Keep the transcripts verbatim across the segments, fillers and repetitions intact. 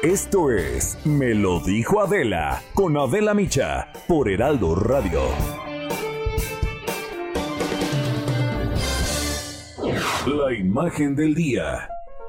Esto es Me lo dijo Adela, con Adela Micha, por Heraldo Radio. La imagen del día.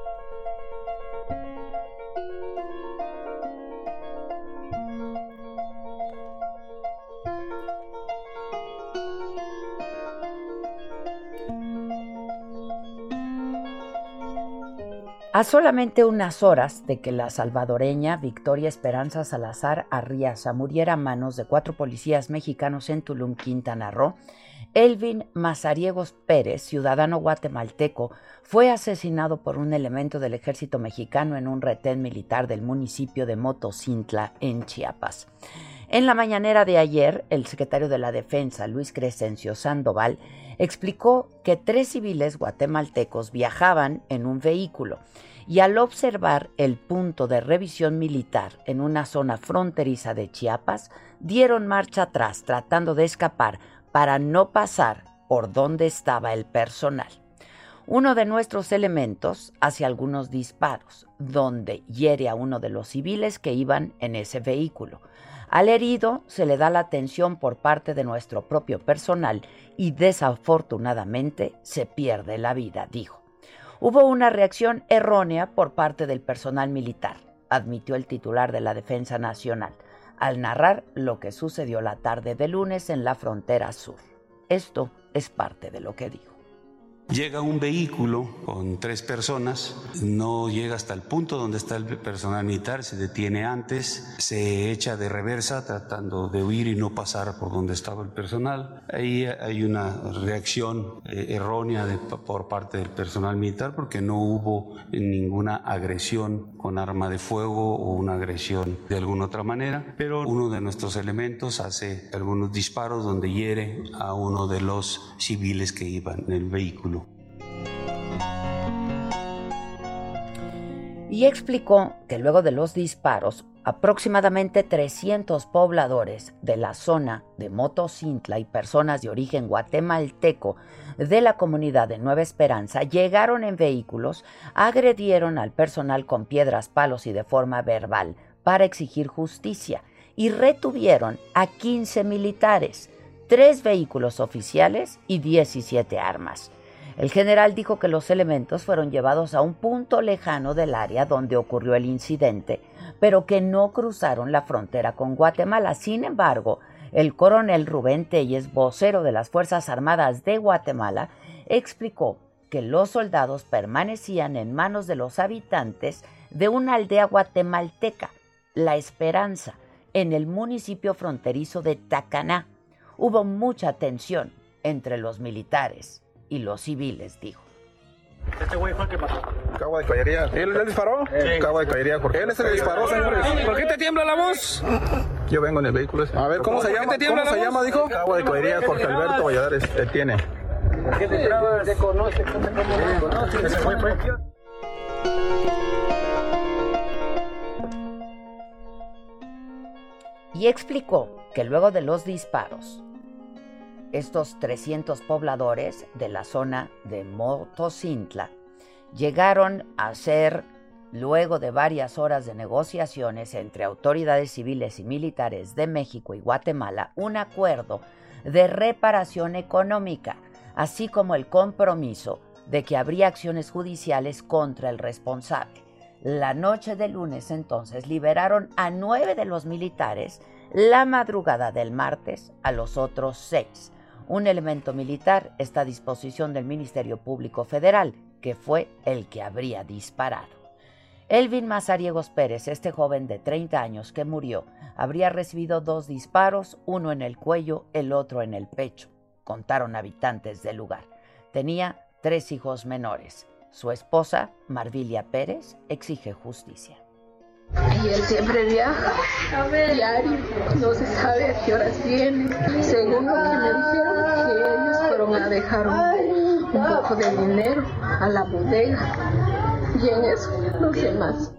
A solamente unas horas de que la salvadoreña Victoria Esperanza Salazar Arriaza muriera a manos de cuatro policías mexicanos en Tulum, Quintana Roo, Elvin Mazariegos Pérez, ciudadano guatemalteco, fue asesinado por un elemento del ejército mexicano en un retén militar del municipio de Motocintla, en Chiapas. En la mañanera de ayer, el secretario de la Defensa, Luis Crescencio Sandoval, explicó que tres civiles guatemaltecos viajaban en un vehículo y al observar el punto de revisión militar en una zona fronteriza de Chiapas, dieron marcha atrás tratando de escapar para no pasar por donde estaba el personal. Uno de nuestros elementos hace algunos disparos, donde hiere a uno de los civiles que iban en ese vehículo. Al herido se le da la atención por parte de nuestro propio personal y desafortunadamente se pierde la vida, dijo. Hubo una reacción errónea por parte del personal militar, admitió el titular de la Defensa Nacional, al narrar lo que sucedió la tarde de lunes en la frontera sur. Esto es parte de lo que dijo. Llega un vehículo con tres personas, no llega hasta el punto donde está el personal militar, se detiene antes, se echa de reversa tratando de huir y no pasar por donde estaba el personal. Ahí hay una reacción eh, errónea de, por parte del personal militar porque no hubo ninguna agresión con arma de fuego o una agresión de alguna otra manera, pero uno de nuestros elementos hace algunos disparos donde hiere a uno de los civiles que iban en el vehículo. Y explicó que luego de los disparos, aproximadamente trescientos pobladores de la zona de Motocintla y personas de origen guatemalteco de la comunidad de Nueva Esperanza llegaron en vehículos, agredieron al personal con piedras, palos y de forma verbal para exigir justicia y retuvieron a quince militares, tres vehículos oficiales y diecisiete armas. El general dijo que los elementos fueron llevados a un punto lejano del área donde ocurrió el incidente, pero que no cruzaron la frontera con Guatemala. Sin embargo, el coronel Rubén Telles, vocero de las Fuerzas Armadas de Guatemala, explicó que los soldados permanecían en manos de los habitantes de una aldea guatemalteca, La Esperanza, en el municipio fronterizo de Tacaná. Hubo mucha tensión entre los militares y los civiles, dijo. Este güey fue el que mató. Cabo de caballería. ¿Él le disparó? Sí. Cabo de caballería. Él es el que disparó, señores. ¿Por qué te tiembla la voz? Yo vengo en el vehículo. A ver, ¿cómo se llama? ¿Cómo se llama, dijo? Cabo de caballería, Jorge Alberto Valladares. Él tiene. ¿Qué te trabas? ¿Te conoce? ¿Cómo te conoce? Ese fue, fue. Y explicó que luego de los disparos, estos trescientos pobladores de la zona de Motocintla llegaron a hacer, luego de varias horas de negociaciones entre autoridades civiles y militares de México y Guatemala, un acuerdo de reparación económica, así como el compromiso de que habría acciones judiciales contra el responsable. La noche del lunes, entonces, liberaron a nueve de los militares, la madrugada del martes a los otros seis. Un elemento militar está a disposición del Ministerio Público Federal, que fue el que habría disparado. Elvin Mazariegos Pérez, este joven de treinta años que murió, habría recibido dos disparos, uno en el cuello, el otro en el pecho, contaron habitantes del lugar. Tenía tres hijos menores. Su esposa, Marvilia Pérez, exige justicia. Y él siempre viaja, diario, no se sabe a qué horas viene. Según lo que me dijeron, que ellos fueron a dejar un, un poco de dinero a la bodega. Y en eso, no sé más.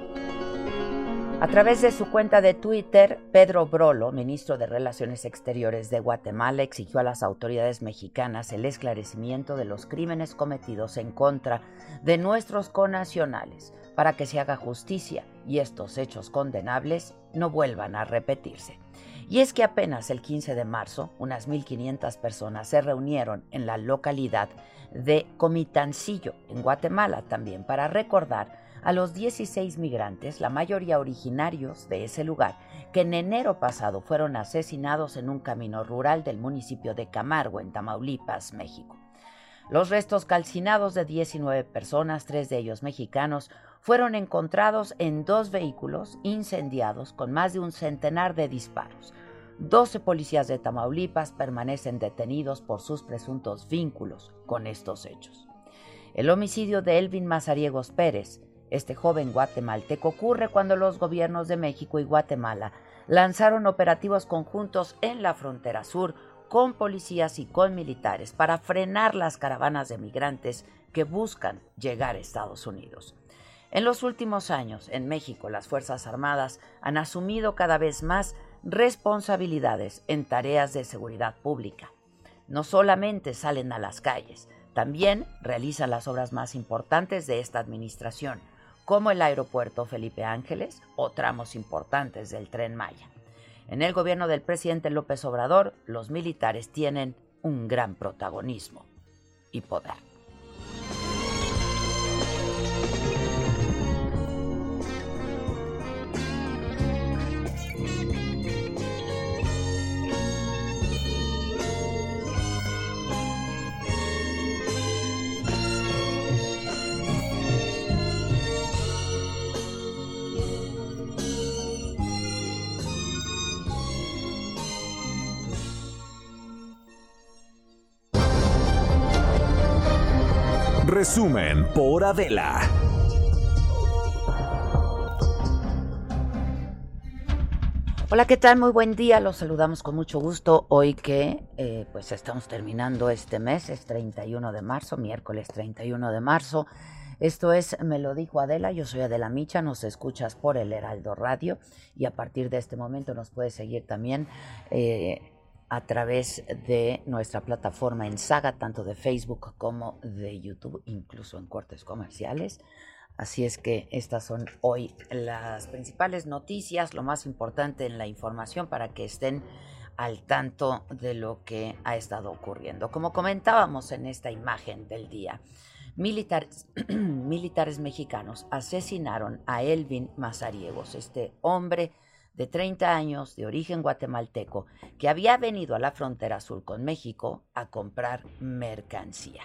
A través de su cuenta de Twitter, Pedro Brolo, ministro de Relaciones Exteriores de Guatemala, exigió a las autoridades mexicanas el esclarecimiento de los crímenes cometidos en contra de nuestros connacionales para que se haga justicia y estos hechos condenables no vuelvan a repetirse. Y es que apenas el quince de marzo, unas mil quinientas personas se reunieron en la localidad de Comitancillo, en Guatemala también, para recordar a los dieciséis migrantes, la mayoría originarios de ese lugar, que en enero pasado fueron asesinados en un camino rural del municipio de Camargo, en Tamaulipas, México. Los restos calcinados de diecinueve personas, tres de ellos mexicanos, fueron encontrados en dos vehículos incendiados con más de un centenar de disparos. doce policías de Tamaulipas permanecen detenidos por sus presuntos vínculos con estos hechos. El homicidio de Elvin Mazariegos Pérez, este joven guatemalteco, ocurre cuando los gobiernos de México y Guatemala lanzaron operativos conjuntos en la frontera sur con policías y con militares para frenar las caravanas de migrantes que buscan llegar a Estados Unidos. En los últimos años, en México, las Fuerzas Armadas han asumido cada vez más responsabilidades en tareas de seguridad pública. No solamente salen a las calles, también realizan las obras más importantes de esta administración, como el aeropuerto Felipe Ángeles o tramos importantes del Tren Maya. En el gobierno del presidente López Obrador, los militares tienen un gran protagonismo y poder. Resumen por Adela. Hola, ¿qué tal? Muy buen día, los saludamos con mucho gusto hoy que eh, pues estamos terminando este mes, es treinta y uno de marzo, miércoles treinta y uno de marzo. Esto es Me lo dijo Adela, yo soy Adela Micha, nos escuchas por el Heraldo Radio y a partir de este momento nos puedes seguir también eh, a través de nuestra plataforma en Saga, tanto de Facebook como de YouTube, incluso en cortes comerciales. Así es que estas son hoy las principales noticias, lo más importante en la información para que estén al tanto de lo que ha estado ocurriendo. Como comentábamos en esta imagen del día, militares, militares mexicanos asesinaron a Elvin Mazariegos, este hombre de treinta años, de origen guatemalteco, que había venido a la frontera sur con México a comprar mercancía.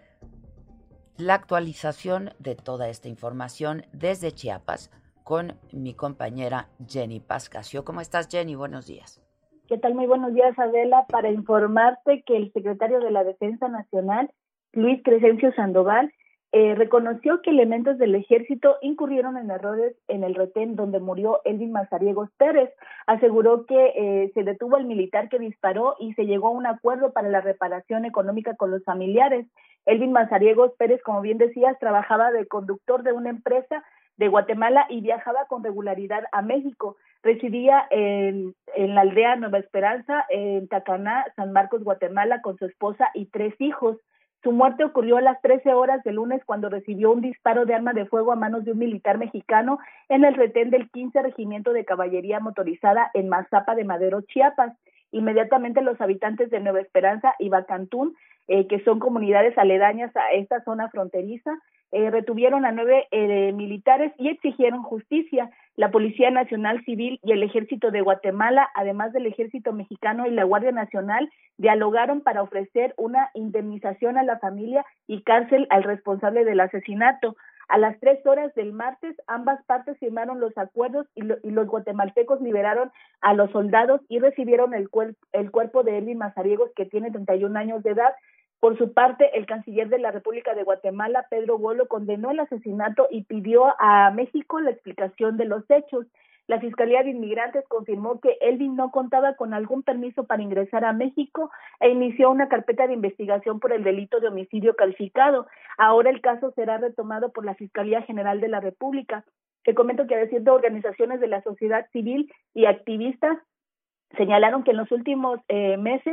La actualización de toda esta información desde Chiapas con mi compañera Jenny Pascasio. ¿Cómo estás, Jenny? Buenos días. ¿Qué tal? Muy buenos días, Adela. Para informarte que el secretario de la Defensa Nacional, Luis Crescencio Sandoval, Eh, reconoció que elementos del ejército incurrieron en errores en el retén donde murió Elvin Mazariegos Pérez. Aseguró que eh, se detuvo al militar que disparó y se llegó a un acuerdo para la reparación económica con los familiares. Elvin Mazariegos Pérez, como bien decías, trabajaba de conductor de una empresa de Guatemala y viajaba con regularidad a México. Residía en, en la aldea Nueva Esperanza, en Tacaná, San Marcos, Guatemala, con su esposa y tres hijos. Su muerte ocurrió a las trece horas del lunes cuando recibió un disparo de arma de fuego a manos de un militar mexicano en el retén del quince Regimiento de Caballería Motorizada en Mazapa de Madero, Chiapas. Inmediatamente los habitantes de Nueva Esperanza y Bacantún, eh, que son comunidades aledañas a esta zona fronteriza, eh, retuvieron a nueve eh, militares y exigieron justicia. La Policía Nacional Civil y el Ejército de Guatemala, además del Ejército Mexicano y la Guardia Nacional, dialogaron para ofrecer una indemnización a la familia y cárcel al responsable del asesinato. A las tres horas del martes, ambas partes firmaron los acuerdos y, lo, y los guatemaltecos liberaron a los soldados y recibieron el, cuer, el cuerpo de Elvin Mazariegos, que tiene treinta y un años de edad. Por su parte, el canciller de la República de Guatemala, Pedro Bolo, condenó el asesinato y pidió a México la explicación de los hechos. La Fiscalía de Inmigrantes confirmó que Elvin no contaba con algún permiso para ingresar a México e inició una carpeta de investigación por el delito de homicidio calificado. Ahora el caso será retomado por la Fiscalía General de la República. Te comento que a decir de organizaciones de la sociedad civil y activistas señalaron que en los últimos eh, meses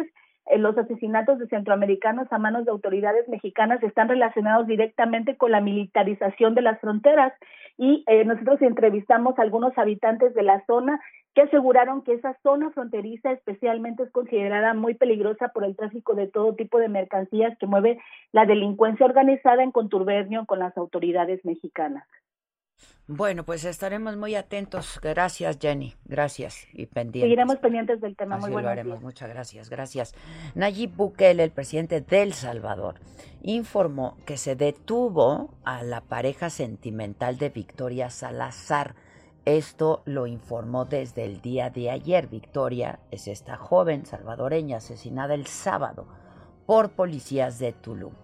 eh, los asesinatos de centroamericanos a manos de autoridades mexicanas están relacionados directamente con la militarización de las fronteras. Y eh, nosotros entrevistamos a algunos habitantes de la zona que aseguraron que esa zona fronteriza especialmente es considerada muy peligrosa por el tráfico de todo tipo de mercancías que mueve la delincuencia organizada en contubernio con las autoridades mexicanas. Bueno, pues estaremos muy atentos. Gracias, Jenny. Gracias y pendientes. Seguiremos pendientes del tema. Así muy buenos lo haremos. días. Muchas gracias. Gracias. Nayib Bukele, el presidente de El Salvador, informó que se detuvo a la pareja sentimental de Victoria Salazar. Esto lo informó desde el día de ayer. Victoria es esta joven salvadoreña asesinada el sábado por policías de Tulum.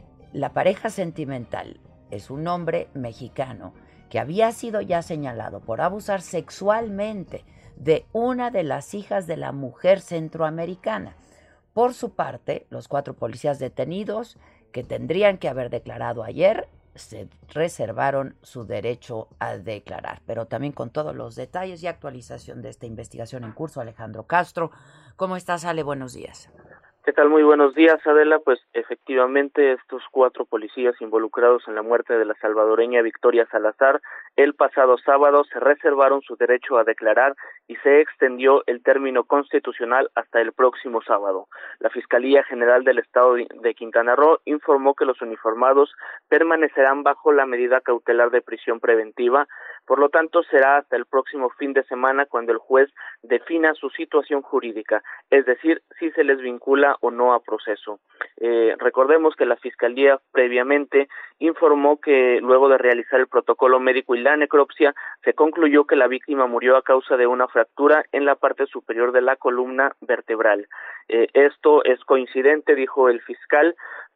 La pareja sentimental es un hombre mexicano que había sido ya señalado por abusar sexualmente de una de las hijas de la mujer centroamericana. Por su parte, los cuatro policías detenidos, que tendrían que haber declarado ayer, se reservaron su derecho a declarar. Pero también con todos los detalles y actualización de esta investigación en curso, Alejandro Castro. ¿Cómo estás, Ale? Buenos días. ¿Qué tal? Muy buenos días, Adela. Pues efectivamente estos cuatro policías involucrados en la muerte de la salvadoreña Victoria Salazar el pasado sábado se reservaron su derecho a declarar y se extendió el término constitucional hasta el próximo sábado. La Fiscalía General del Estado de Quintana Roo informó que los uniformados permanecerán bajo la medida cautelar de prisión preventiva. Por lo tanto, será hasta el próximo fin de semana cuando el juez defina su situación jurídica, es decir, si se les vincula o no a proceso. Eh, recordemos que la Fiscalía previamente informó que luego de realizar el protocolo médico y la necropsia, se concluyó que la víctima murió a causa de una fractura en la parte superior de la columna vertebral. Eh, esto es coincidente, dijo el fiscal,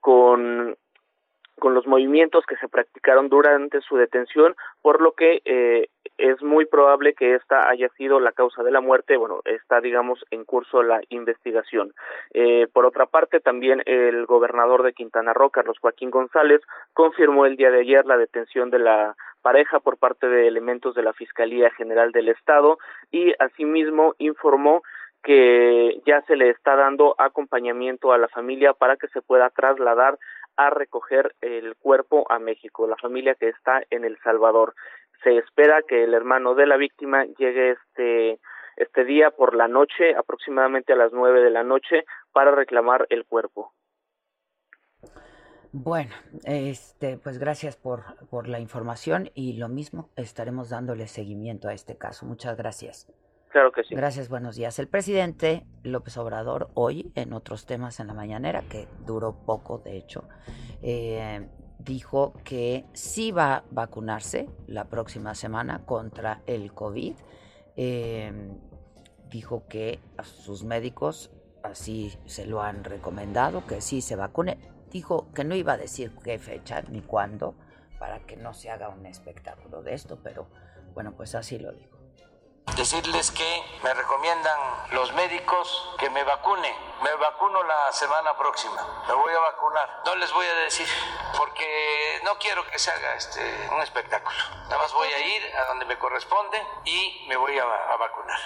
con con los movimientos que se practicaron durante su detención, por lo que eh, es muy probable que esta haya sido la causa de la muerte. Bueno, está, digamos, en curso la investigación. Eh, por otra parte, también el gobernador de Quintana Roo, Carlos Joaquín González, confirmó el día de ayer la detención de la pareja por parte de elementos de la Fiscalía General del Estado y asimismo informó que ya se le está dando acompañamiento a la familia para que se pueda trasladar a recoger el cuerpo a México, la familia que está en El Salvador. Se espera que el hermano de la víctima llegue este este día por la noche, aproximadamente a las nueve de la noche, para reclamar el cuerpo. Bueno, este, pues gracias por, por la información y lo mismo, estaremos dándole seguimiento a este caso. Muchas gracias. Claro que sí. Gracias, buenos días. El presidente López Obrador hoy, en otros temas en la mañanera, que duró poco de hecho, eh, dijo que sí va a vacunarse la próxima semana contra el COVID. Eh, dijo que a sus médicos así se lo han recomendado, que sí se vacune. Dijo que no iba a decir qué fecha ni cuándo para que no se haga un espectáculo de esto, pero bueno, pues así lo dijo. Decirles que me recomiendan los médicos que me vacune. Me vacuno la semana próxima. Me voy a vacunar. No les voy a decir porque no quiero que se haga este un espectáculo. Nada más voy a ir a donde me corresponde y me voy a, a vacunar.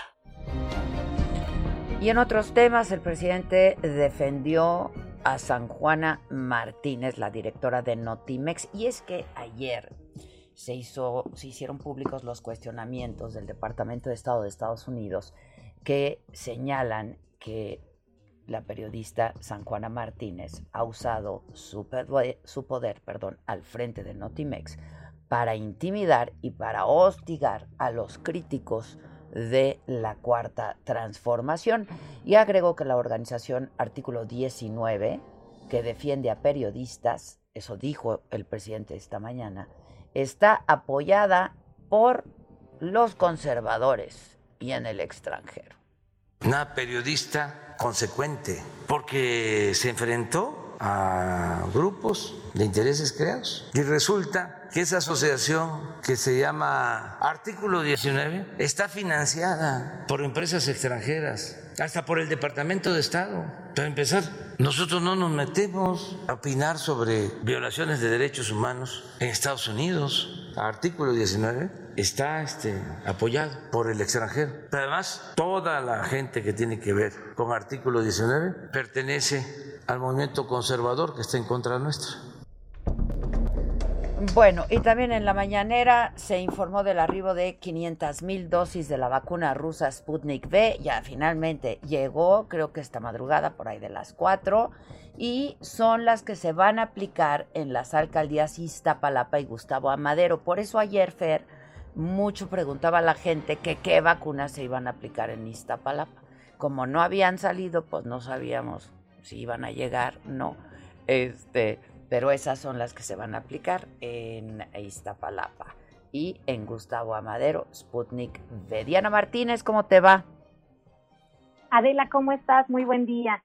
Y en otros temas, el presidente defendió a San Juana Martínez, la directora de Notimex, y es que ayer Se, hizo, se hicieron públicos los cuestionamientos del Departamento de Estado de Estados Unidos que señalan que la periodista San Juana Martínez ha usado su poder, su poder perdón, al frente de Notimex para intimidar y para hostigar a los críticos de la Cuarta Transformación, y agregó que la organización Artículo diecinueve, que defiende a periodistas, eso dijo el presidente esta mañana, está apoyada por los conservadores y en el extranjero. Una periodista consecuente, porque se enfrentó a grupos de intereses creados y resulta que esa asociación que se llama Artículo diecinueve está financiada por empresas extranjeras, hasta por el Departamento de Estado. Para empezar, nosotros no nos metemos a opinar sobre violaciones de derechos humanos en Estados Unidos. artículo diecinueve está este, apoyado por el extranjero. Pero además, toda la gente que tiene que ver con artículo diecinueve pertenece al movimiento conservador que está en contra nuestra. Bueno, y también en la mañanera se informó del arribo de quinientas mil dosis de la vacuna rusa Sputnik V. Ya finalmente llegó, creo que esta madrugada, por ahí de las cuatro, y son las que se van a aplicar en las alcaldías Iztapalapa y Gustavo Amadero. Por eso ayer, Fer, mucho preguntaba a la gente que qué vacunas se iban a aplicar en Iztapalapa. Como no habían salido, pues no sabíamos si iban a llegar, no. Este... Pero esas son las que se van a aplicar en Iztapalapa y en Gustavo Amadero, Sputnik V. Diana Martínez, ¿cómo te va? Adela, ¿cómo estás? Muy buen día.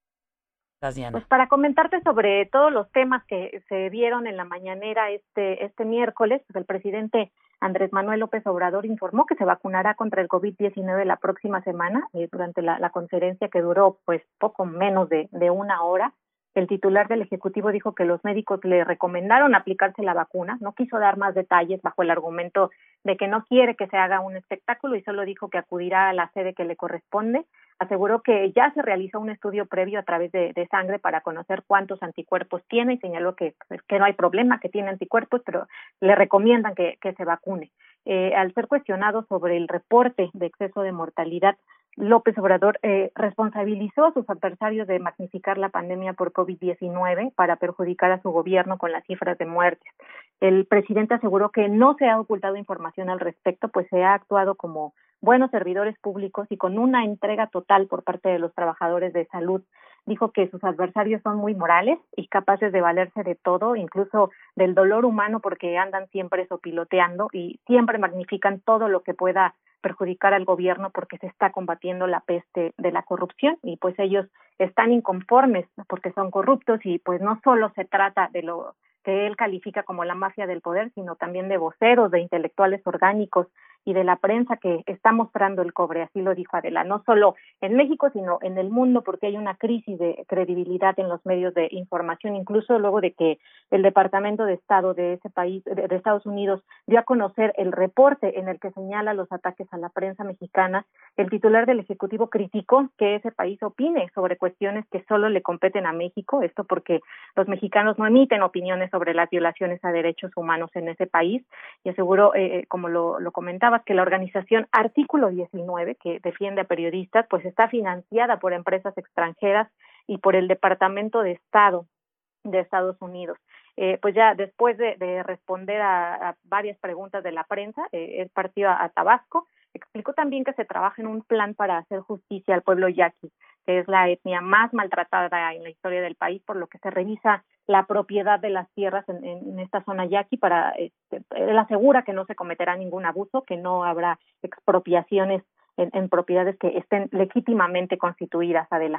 Estás, Diana. Pues para comentarte sobre todos los temas que se vieron en la mañanera este, este miércoles, pues el presidente Andrés Manuel López Obrador informó que se vacunará contra el COVID diecinueve la próxima semana, eh, durante la, la conferencia que duró pues poco menos de, de una hora. El titular del Ejecutivo dijo que los médicos le recomendaron aplicarse la vacuna, no quiso dar más detalles bajo el argumento de que no quiere que se haga un espectáculo y solo dijo que acudirá a la sede que le corresponde. Aseguró que ya se realizó un estudio previo a través de, de sangre para conocer cuántos anticuerpos tiene y señaló que, pues, que no hay problema, que tiene anticuerpos, pero le recomiendan que, que se vacune. Eh, al ser cuestionado sobre el reporte de exceso de mortalidad, López Obrador eh, responsabilizó a sus adversarios de magnificar la pandemia por COVID diecinueve para perjudicar a su gobierno con las cifras de muertes. El presidente aseguró que no se ha ocultado información al respecto, pues se ha actuado como buenos servidores públicos y con una entrega total por parte de los trabajadores de salud. Dijo que sus adversarios son muy morales y capaces de valerse de todo, incluso del dolor humano, porque andan siempre sopiloteando y siempre magnifican todo lo que pueda perjudicar al gobierno porque se está combatiendo la peste de la corrupción y pues ellos están inconformes porque son corruptos y pues no solo se trata de lo que él califica como la mafia del poder, sino también de voceros, de intelectuales orgánicos y de la prensa que está mostrando el cobre, así lo dijo Adela, no solo en México, sino en el mundo, porque hay una crisis de credibilidad en los medios de información, incluso luego de que el Departamento de Estado de ese país, de, de Estados Unidos, dio a conocer el reporte en el que señala los ataques a la prensa mexicana. El titular del Ejecutivo criticó que ese país opine sobre cuestiones que solo le competen a México, esto porque los mexicanos no emiten opiniones sobre las violaciones a derechos humanos en ese país, y aseguró, eh, como lo, lo comentaba, que la organización Artículo diecinueve, que defiende a periodistas, pues está financiada por empresas extranjeras y por el Departamento de Estado de Estados Unidos. Eh, pues ya después de, de responder a, a varias preguntas de la prensa, eh, él partió a, a Tabasco, explicó también que se trabaja en un plan para hacer justicia al pueblo yaqui, que es la etnia más maltratada en la historia del país, por lo que se revisa la propiedad de las tierras en, en esta zona yaqui para, este, él asegura que no se cometerá ningún abuso, que no habrá expropiaciones en, en propiedades que estén legítimamente constituidas, Adela.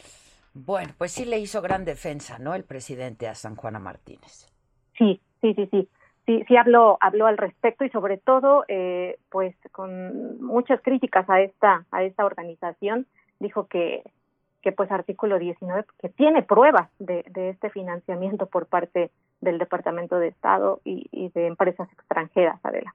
Bueno, pues sí le hizo gran defensa, ¿no?, el presidente a San Juana Martínez. Sí, sí, sí, sí. Sí, sí habló, habló al respecto y sobre todo, eh, pues con muchas críticas a esta, a esta organización. Dijo que, que pues Artículo diecinueve, que tiene pruebas de, de este financiamiento por parte del Departamento de Estado y, y de empresas extranjeras, Adela.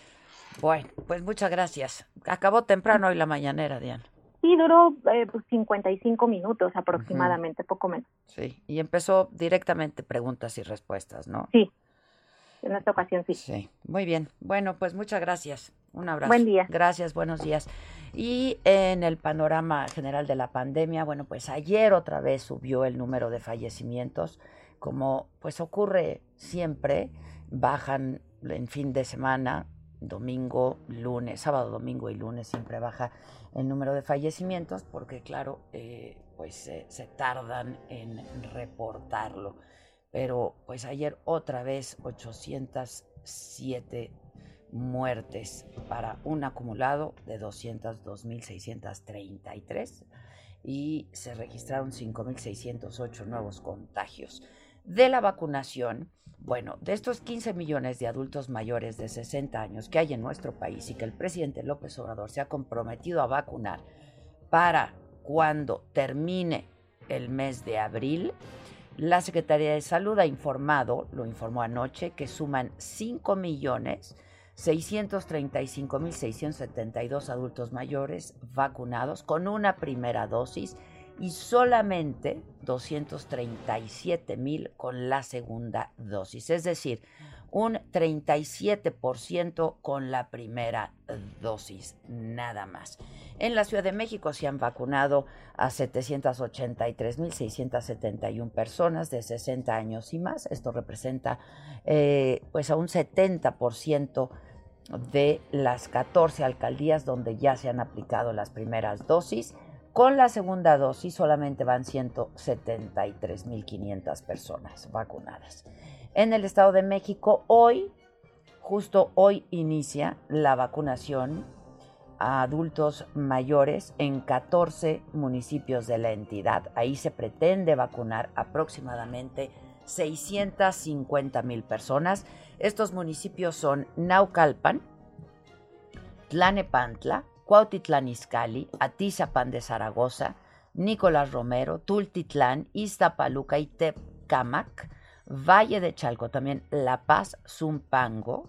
Bueno, pues muchas gracias. Acabó temprano hoy la mañanera, Diana. Sí, duró eh, pues cincuenta y cinco minutos aproximadamente, uh-huh. Poco menos. Sí, y empezó directamente preguntas y respuestas, ¿no? Sí. En esta ocasión sí. Sí, muy bien. Bueno, pues muchas gracias. Un abrazo. Buen día. Gracias, buenos días. Y en el panorama general de la pandemia, bueno, pues ayer otra vez subió el número de fallecimientos. Como pues ocurre siempre, bajan en fin de semana, domingo, lunes, sábado, domingo y lunes siempre baja el número de fallecimientos porque, claro, eh, pues eh, se tardan en reportarlo. Pero pues ayer otra vez ochocientas siete muertes para un acumulado de doscientos dos mil seiscientos treinta y tres y se registraron cinco mil seiscientos ocho nuevos contagios. De la vacunación, bueno, de estos quince millones de adultos mayores de sesenta años que hay en nuestro país y que el presidente López Obrador se ha comprometido a vacunar para cuando termine el mes de abril, La Secretaría de Salud ha informado, lo informó anoche, que suman cinco millones seiscientos treinta y cinco mil seiscientos setenta y dos adultos mayores vacunados con una primera dosis y solamente doscientos treinta y siete mil con la segunda dosis, es decir, un treinta y siete por ciento con la primera dosis, nada más. En la Ciudad de México se han vacunado a setecientos ochenta y tres mil seiscientos setenta y una personas de sesenta años y más. Esto representa eh, pues a un setenta por ciento de las catorce alcaldías donde ya se han aplicado las primeras dosis. Con la segunda dosis solamente van ciento setenta y tres mil quinientas personas vacunadas. En el Estado de México, hoy, justo hoy, inicia la vacunación a adultos mayores en catorce municipios de la entidad. Ahí se pretende vacunar aproximadamente seiscientas cincuenta mil personas. Estos municipios son Naucalpan, Tlanepantla, Cuautitlán Izcalli, Atizapán de Zaragoza, Nicolás Romero, Tultitlán, Iztapaluca y Tecámac, Valle de Chalco, también La Paz, Zumpango,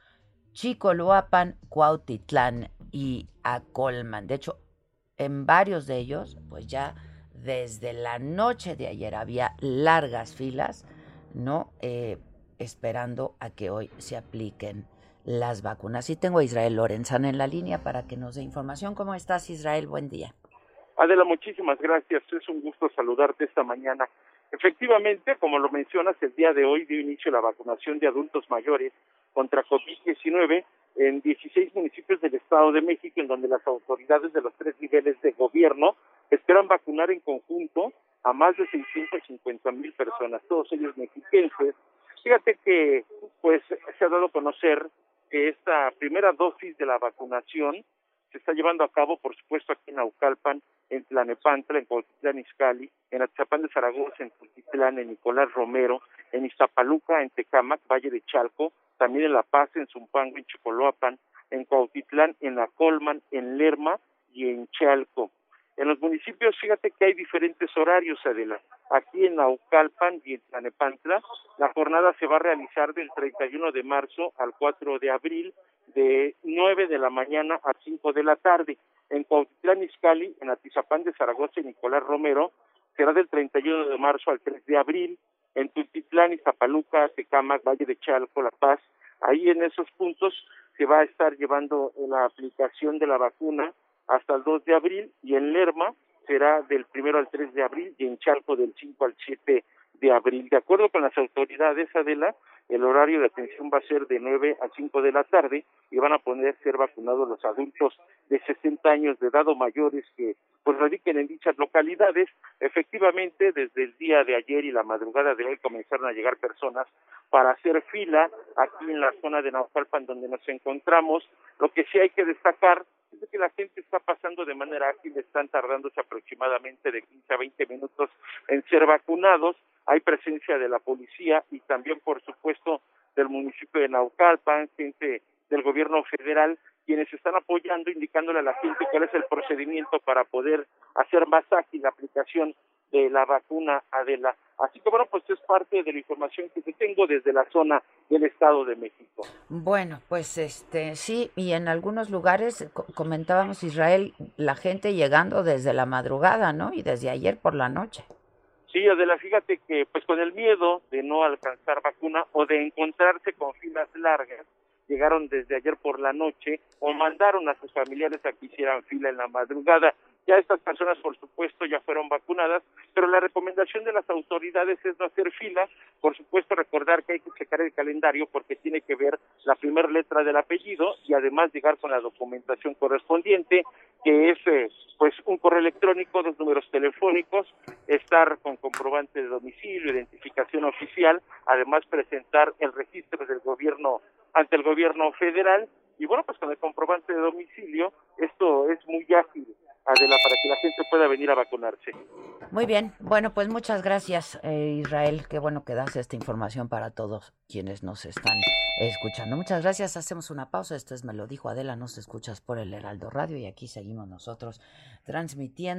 Chicoloapan, Cuautitlán y Acolman. De hecho, en varios de ellos, pues ya desde la noche de ayer había largas filas, ¿no? Eh, esperando a que hoy se apliquen las vacunas. Y tengo a Israel Lorenzana en la línea para que nos dé información. ¿Cómo estás, Israel? Buen día. Adela, muchísimas gracias. Es un gusto saludarte esta mañana. Efectivamente, como lo mencionas, el día de hoy dio inicio la vacunación de adultos mayores contra COVID diecinueve en dieciséis municipios del Estado de México, en donde las autoridades de los tres niveles de gobierno esperan vacunar en conjunto a más de seiscientas cincuenta mil personas, todos ellos mexiquenses. Fíjate que pues se ha dado a conocer que esta primera dosis de la vacunación se está llevando a cabo, por supuesto, aquí en Naucalpan, en Tlanepantla, en Cuautitlán Izcalli, en Atizapán de Zaragoza, en Tultitlán, en Nicolás Romero, en Iztapaluca, en Tecámac, Valle de Chalco, también en La Paz, en Zumpango, en Chicoloapan, en Cuautitlán, en Acolman, en Lerma y en Chalco. En los municipios, fíjate que hay diferentes horarios, Adela. Aquí en Naucalpan y en Tlanepantla, la jornada se va a realizar del treinta y uno de marzo al cuatro de abril, de nueve de la mañana a cinco de la tarde. En Cuautitlán Izcalli, en Atizapán de Zaragoza y Nicolás Romero, será del treinta y uno de marzo al tres de abril. En Tultitlán, Iztapaluca, Tecámac, Valle de Chalco, La Paz, ahí en esos puntos se va a estar llevando la aplicación de la vacuna hasta el dos de abril, y en Lerma será del primero al tres de abril, y en Chalco del cinco al siete de abril. De acuerdo con las autoridades, Adela, el horario de atención va a ser de nueve a cinco de la tarde y van a poder ser vacunados los adultos de sesenta años de edad o mayores que pues radiquen en dichas localidades. Efectivamente, desde el día de ayer y la madrugada de hoy comenzaron a llegar personas para hacer fila aquí en la zona de Naucalpan donde nos encontramos. Lo que sí hay que destacar es que la gente está pasando de manera ágil, están tardándose aproximadamente de quince a veinte minutos en ser vacunados. Hay presencia de la policía y también, por supuesto, del municipio de Naucalpan, gente del gobierno federal, quienes están apoyando, indicándole a la gente cuál es el procedimiento para poder hacer más ágil la aplicación de la vacuna, Adela. Así que bueno, pues es parte de la información que te tengo desde la zona del Estado de México. Bueno, pues este sí, y en algunos lugares co- comentábamos, Israel, la gente llegando desde la madrugada, ¿no? Y desde ayer por la noche. Sí, Adela, fíjate que pues con el miedo de no alcanzar vacuna o de encontrarse con filas largas, llegaron desde ayer por la noche o mandaron a sus familiares a que hicieran fila en la madrugada. Ya estas personas, por supuesto, ya fueron vacunadas, pero la recomendación de las autoridades es no hacer fila. Por supuesto, recordar que hay que checar el calendario porque tiene que ver la primera letra del apellido y además llegar con la documentación correspondiente, que es eh, pues un correo electrónico, dos números telefónicos, estar con comprobante de domicilio, identificación oficial, además presentar el registro del gobierno ante el gobierno federal. Y bueno, pues con el comprobante de domicilio, esto es muy ágil, Adela, para que la gente pueda venir a vacunarse. Muy bien, bueno, pues muchas gracias, eh, Israel. Qué bueno que das esta información para todos quienes nos están escuchando. Muchas gracias, hacemos una pausa. Esto es Me lo dijo Adela, nos escuchas por el Heraldo Radio y aquí seguimos nosotros transmitiendo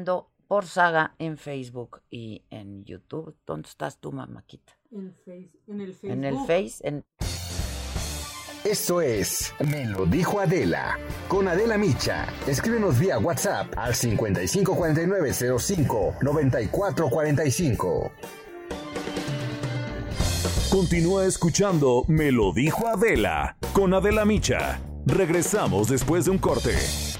por Saga en Facebook y en YouTube. ¿Dónde estás tú, mamáquita? En, face, en el Facebook. En el Face. En... Esto es Me lo dijo Adela, con Adela Micha. Escríbenos vía WhatsApp al cincuenta y cinco cuarenta y nueve cero cinco noventa y cuatro cuarenta y cinco. Continúa escuchando Me lo dijo Adela, con Adela Micha. Regresamos después de un corte.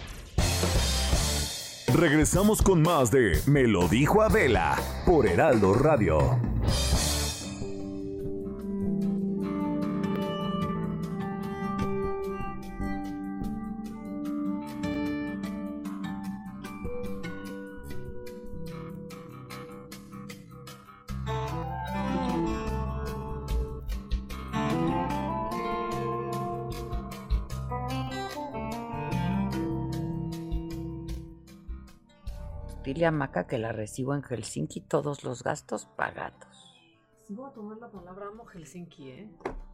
Regresamos con más de Me lo dijo Adela, por Heraldo Radio. Dile a Maca que la recibo en Helsinki, todos los gastos pagados. Sí, voy a tomar la palabra, amo Helsinki, ¿eh?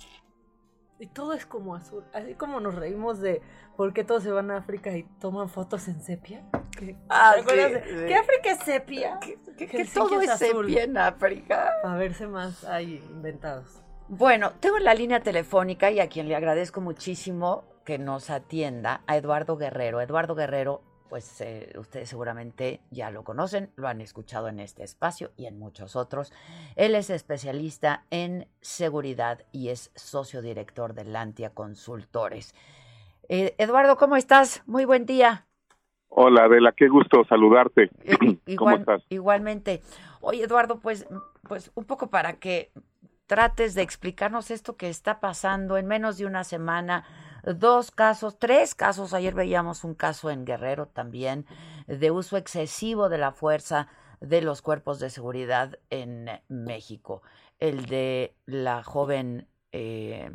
Y todo es como azul. Así como nos reímos de por qué todos se van a África y toman fotos en sepia. ¿Qué, ah, ¿te acuerdas sí, de, sí. ¿Qué África es sepia? Que, que, que todo es, es sepia en África. Para verse más ahí inventados. Bueno, tengo la línea telefónica y a quien le agradezco muchísimo que nos atienda, a Eduardo Guerrero. Eduardo Guerrero, pues eh, ustedes seguramente ya lo conocen, lo han escuchado en este espacio y en muchos otros. Él es especialista en seguridad y es socio director de Lantia Consultores. Eh, Eduardo, ¿cómo estás? Muy buen día. Hola, Adela, qué gusto saludarte. Igual, ¿Cómo estás? Igualmente. Oye, Eduardo, pues, pues un poco para que trates de explicarnos esto que está pasando en menos de una semana. Dos casos, tres casos, ayer veíamos un caso en Guerrero también, de uso excesivo de la fuerza de los cuerpos de seguridad en México. El de la joven eh,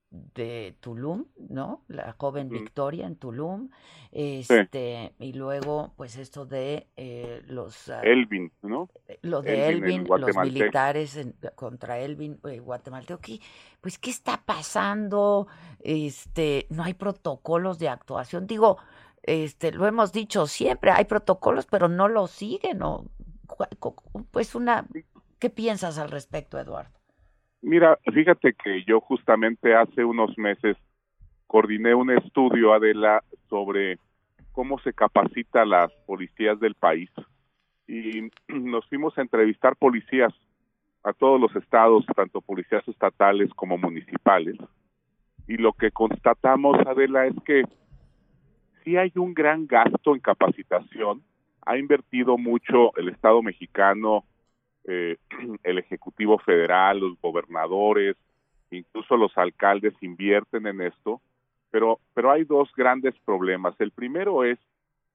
de Tulum, ¿no? La joven Mm. Victoria en Tulum, este, sí. Y luego, pues esto de eh, los... Uh, Elvin, ¿no? Lo de Elvin, Elvin, los militares en, contra Elvin, eh, guatemalteco. ¿Qué, pues, ¿qué está pasando? Este, no hay protocolos de actuación. Digo, este, lo hemos dicho siempre, hay protocolos, pero no los siguen, ¿no? Pues una... ¿Qué piensas al respecto, Eduardo? Mira, fíjate que yo justamente hace unos meses coordiné un estudio, Adela, sobre cómo se capacita a las policías del país y nos fuimos a entrevistar policías a todos los estados, tanto policías estatales como municipales, y lo que constatamos, Adela, es que sí hay un gran gasto en capacitación. Ha invertido mucho el Estado mexicano, Eh, el Ejecutivo Federal, los gobernadores, incluso los alcaldes invierten en esto, pero, pero hay dos grandes problemas. El primero es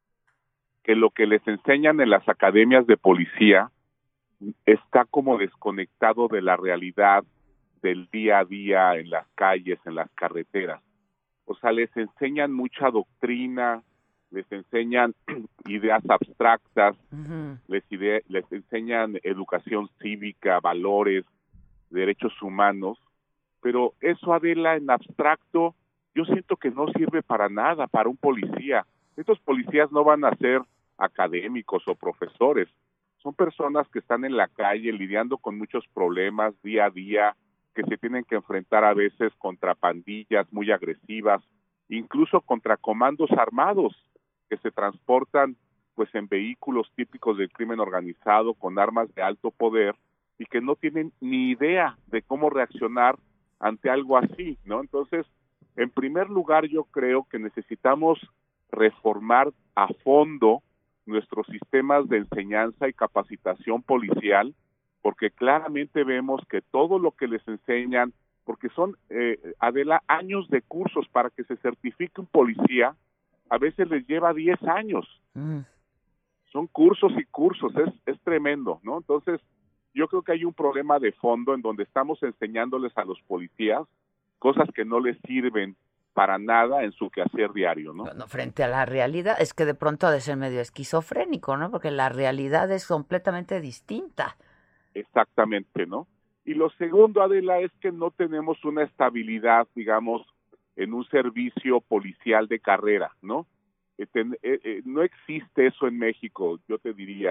que lo que les enseñan en las academias de policía está como desconectado de la realidad del día a día en las calles, en las carreteras. O sea, les enseñan mucha doctrina, les enseñan ideas abstractas, uh-huh. les, ide- les enseñan educación cívica, valores, derechos humanos, pero eso, Adela, en abstracto, yo siento que no sirve para nada para un policía. Estos policías no van a ser académicos o profesores, son personas que están en la calle lidiando con muchos problemas día a día, que se tienen que enfrentar a veces contra pandillas muy agresivas, incluso contra comandos armados, que se transportan pues en vehículos típicos del crimen organizado con armas de alto poder y que no tienen ni idea de cómo reaccionar ante algo así, ¿no? Entonces, en primer lugar, yo creo que necesitamos reformar a fondo nuestros sistemas de enseñanza y capacitación policial, porque claramente vemos que todo lo que les enseñan, porque son, eh, Adela, años de cursos para que se certifique un policía, a veces les lleva diez años. Mm. Son cursos y cursos, es, es tremendo, ¿no? Entonces, yo creo que hay un problema de fondo en donde estamos enseñándoles a los policías cosas que no les sirven para nada en su quehacer diario, ¿no? Bueno, frente a la realidad, es que de pronto ha de ser medio esquizofrénico, ¿no? Porque la realidad es completamente distinta. Exactamente, ¿no? Y lo segundo, Adela, es que no tenemos una estabilidad, digamos, en un servicio policial de carrera, ¿no? Eh, ten, eh, eh, no existe eso en México, yo te diría.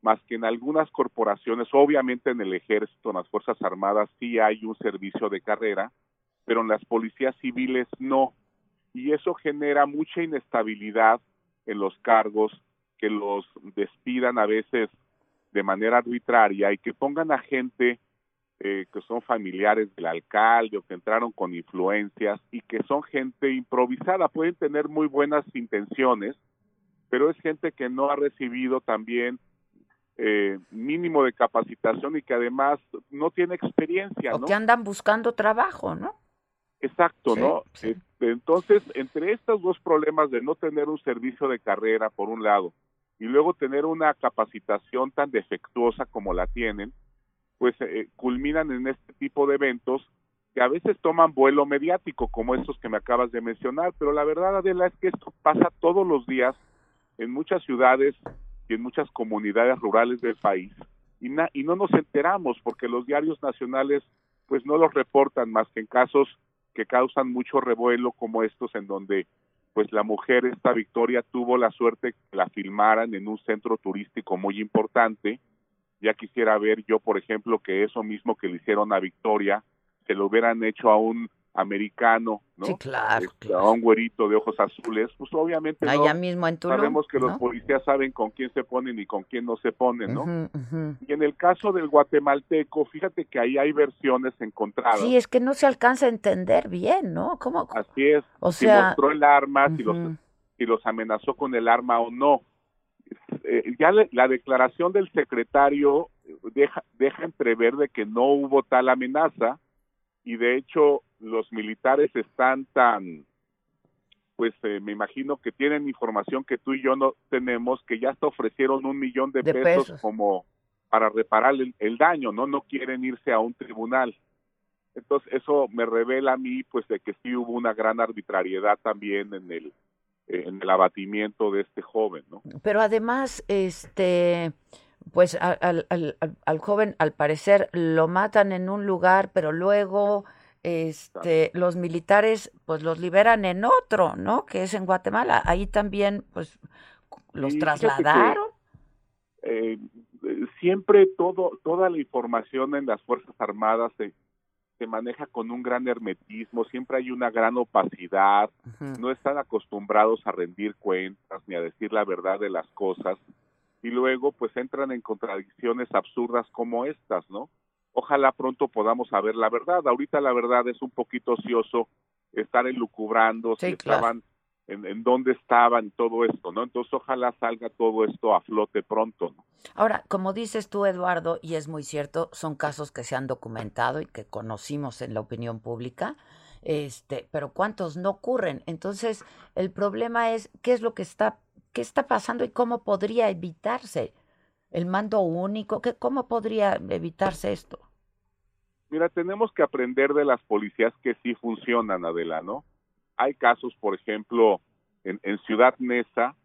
más que en algunas corporaciones, obviamente en el ejército, en las Fuerzas Armadas sí hay un servicio de carrera, pero en las policías civiles no, y eso genera mucha inestabilidad en los cargos, que los despidan a veces de manera arbitraria y que pongan a gente eh, que son familiares del alcalde o que entraron con influencias y que son gente improvisada, pueden tener muy buenas intenciones, pero es gente que no ha recibido también eh, mínimo de capacitación y que además no tiene experiencia, o ¿no? que andan buscando trabajo, ¿no? Exacto, sí, ¿no? Sí. Este, entonces, entre estos dos problemas de no tener un servicio de carrera, por un lado, y luego tener una capacitación tan defectuosa como la tienen, pues eh, culminan en este tipo de eventos que a veces toman vuelo mediático, como estos que me acabas de mencionar, pero la verdad, Adela, es que esto pasa todos los días en muchas ciudades y en muchas comunidades rurales del país, y, na- y no nos enteramos porque los diarios nacionales pues no los reportan más que en casos que causan mucho revuelo como estos, en donde pues la mujer, esta Victoria, tuvo la suerte que la filmaran en un centro turístico muy importante. Ya quisiera ver yo, por ejemplo, que eso mismo que le hicieron a Victoria, se lo hubieran hecho a un americano, ¿no? Sí, claro, Este, claro. a un güerito de ojos azules, pues obviamente Allá no, mismo en Tulum, sabemos que ¿no? los policías saben con quién se ponen y con quién no se ponen, ¿no? Ujú, ujú. Y en el caso del guatemalteco, fíjate que ahí hay versiones encontradas. Sí, es que no se alcanza a entender bien, ¿no? ¿Cómo? Así es, O si sea, mostró el arma, si los ujú. si los amenazó con el arma o no. Eh, ya le- la declaración del secretario deja, deja entrever de que no hubo tal amenaza, y de hecho los militares están tan, pues eh, me imagino que tienen información que tú y yo no tenemos, que ya hasta ofrecieron un millón de, De pesos, pesos. como para reparar el, el daño, ¿no? No quieren irse a un tribunal. Entonces eso me revela a mí pues de que sí hubo una gran arbitrariedad también en el en el abatimiento de este joven, ¿no? Pero además, este, pues a- al, al, al- al joven, al parecer, lo matan en un lugar, pero luego, este, los militares, pues los liberan en otro, ¿no? Que es en Guatemala. Ahí también, pues, los Y fíjate que, trasladaron. eh, eh, siempre todo toda la información en las Fuerzas Armadas se se maneja con un gran hermetismo, siempre hay una gran opacidad, Ujú. no están acostumbrados a rendir cuentas ni a decir la verdad de las cosas, y luego pues entran en contradicciones absurdas como estas, ¿no? Ojalá pronto podamos saber la verdad. Ahorita la verdad es un poquito ocioso estar elucubrando si Sí, claro. estaban, en, en dónde estaban, todo esto, ¿no? Entonces ojalá salga todo esto a flote pronto, ¿no? Ahora, como dices tú, Eduardo, y es muy cierto, son casos que se han documentado y que conocimos en la opinión pública, este, pero ¿cuántos no ocurren? Entonces, el problema es qué es lo que está, qué está pasando y cómo podría evitarse. El mando único, ¿qué, cómo podría evitarse esto? Mira, tenemos que aprender de las policías que sí funcionan, Adela, ¿no? Hay casos, por ejemplo, en, en Ciudad Neza,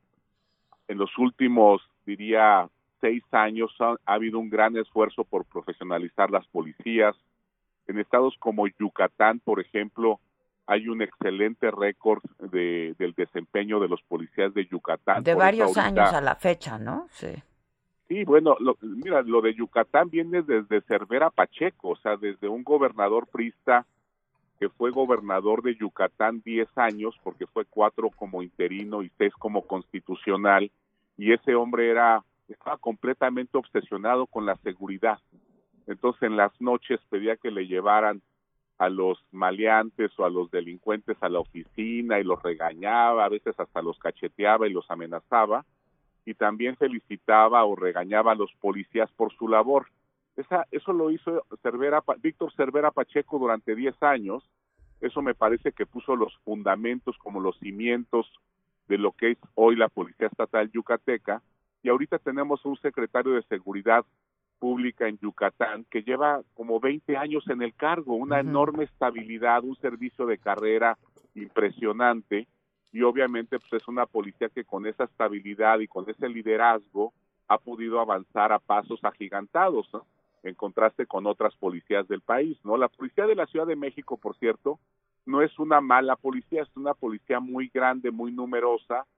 en los últimos, diría, seis años ha, ha habido un gran esfuerzo por profesionalizar las policías. En estados como Yucatán, por ejemplo, hay un excelente récord de, del desempeño de los policías de Yucatán. De Por varios eso ahorita, años a la fecha, ¿no? Sí. Sí, bueno, lo, mira, lo de Yucatán viene desde Cervera Pacheco, o sea, desde un gobernador priista que fue gobernador de Yucatán diez años, porque fue cuatro como interino y seis como constitucional, y ese hombre era estaba completamente obsesionado con la seguridad. Entonces en las noches pedía que le llevaran a los maleantes o a los delincuentes a la oficina y los regañaba, a veces hasta los cacheteaba y los amenazaba, y también felicitaba o regañaba a los policías por su labor. Esa, eso lo hizo Cervera, Víctor Cervera Pacheco durante diez años. Eso me parece que puso los fundamentos, como los cimientos de lo que es hoy la Policía Estatal Yucateca, y ahorita tenemos un secretario de Seguridad Pública en Yucatán que lleva como veinte años en el cargo, una Ujú. enorme estabilidad, un servicio de carrera impresionante, y obviamente pues es una policía que con esa estabilidad y con ese liderazgo ha podido avanzar a pasos agigantados, ¿no? En contraste con otras policías del país, ¿no? La policía de la Ciudad de México, por cierto, no es una mala policía, es una policía muy grande, muy numerosa,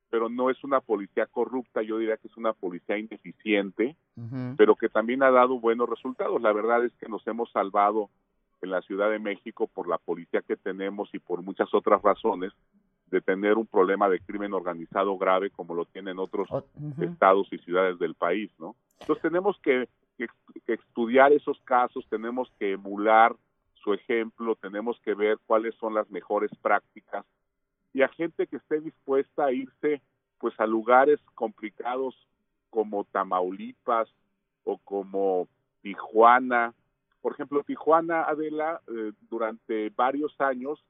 pero no es una policía corrupta, yo diría que es una policía ineficiente, uh-huh. pero que también ha dado buenos resultados. La verdad es que nos hemos salvado en la Ciudad de México por la policía que tenemos y por muchas otras razones de tener un problema de crimen organizado grave como lo tienen otros uh-huh. estados y ciudades del país, ¿no? Entonces tenemos que, que, que estudiar esos casos, tenemos que emular su ejemplo, tenemos que ver cuáles son las mejores prácticas y a gente que esté dispuesta a irse pues a lugares complicados como Tamaulipas o como Tijuana. Por ejemplo, Tijuana, Adela, eh, durante varios años,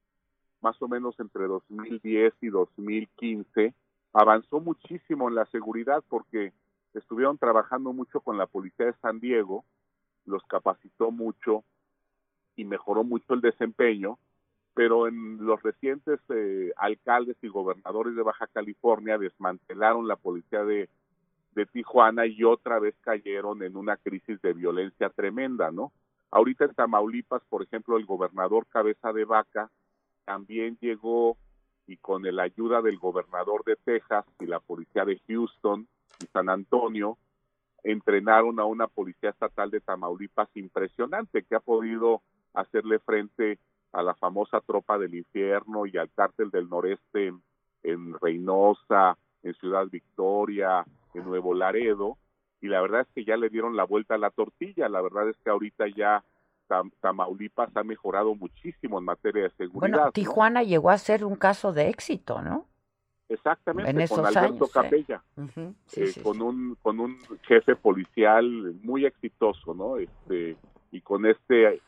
más o menos entre dos mil diez y dos mil quince, avanzó muchísimo en la seguridad porque estuvieron trabajando mucho con la policía de San Diego, los capacitó mucho y mejoró mucho el desempeño, pero en los recientes eh, alcaldes y gobernadores de Baja California desmantelaron la policía de, de Tijuana y otra vez cayeron en una crisis de violencia tremenda, ¿no? Ahorita en Tamaulipas, por ejemplo, el gobernador Cabeza de Vaca también llegó y con la ayuda del gobernador de Texas y la policía de Houston y San Antonio, entrenaron a una policía estatal de Tamaulipas impresionante que ha podido hacerle frente a la famosa Tropa del Infierno y al Cártel del Noreste en, en Reynosa, en Ciudad Victoria, en Nuevo Laredo, y la verdad es que ya le dieron la vuelta a la tortilla. La verdad es que ahorita ya Tam, Tamaulipas ha mejorado muchísimo en materia de seguridad. Bueno, Tijuana ¿no? llegó a ser un caso de éxito, ¿no? Exactamente, en con Alberto años, Capella, ¿eh? uh-huh. sí, eh, sí, con sí. un con un jefe policial muy exitoso, ¿no? Este y con este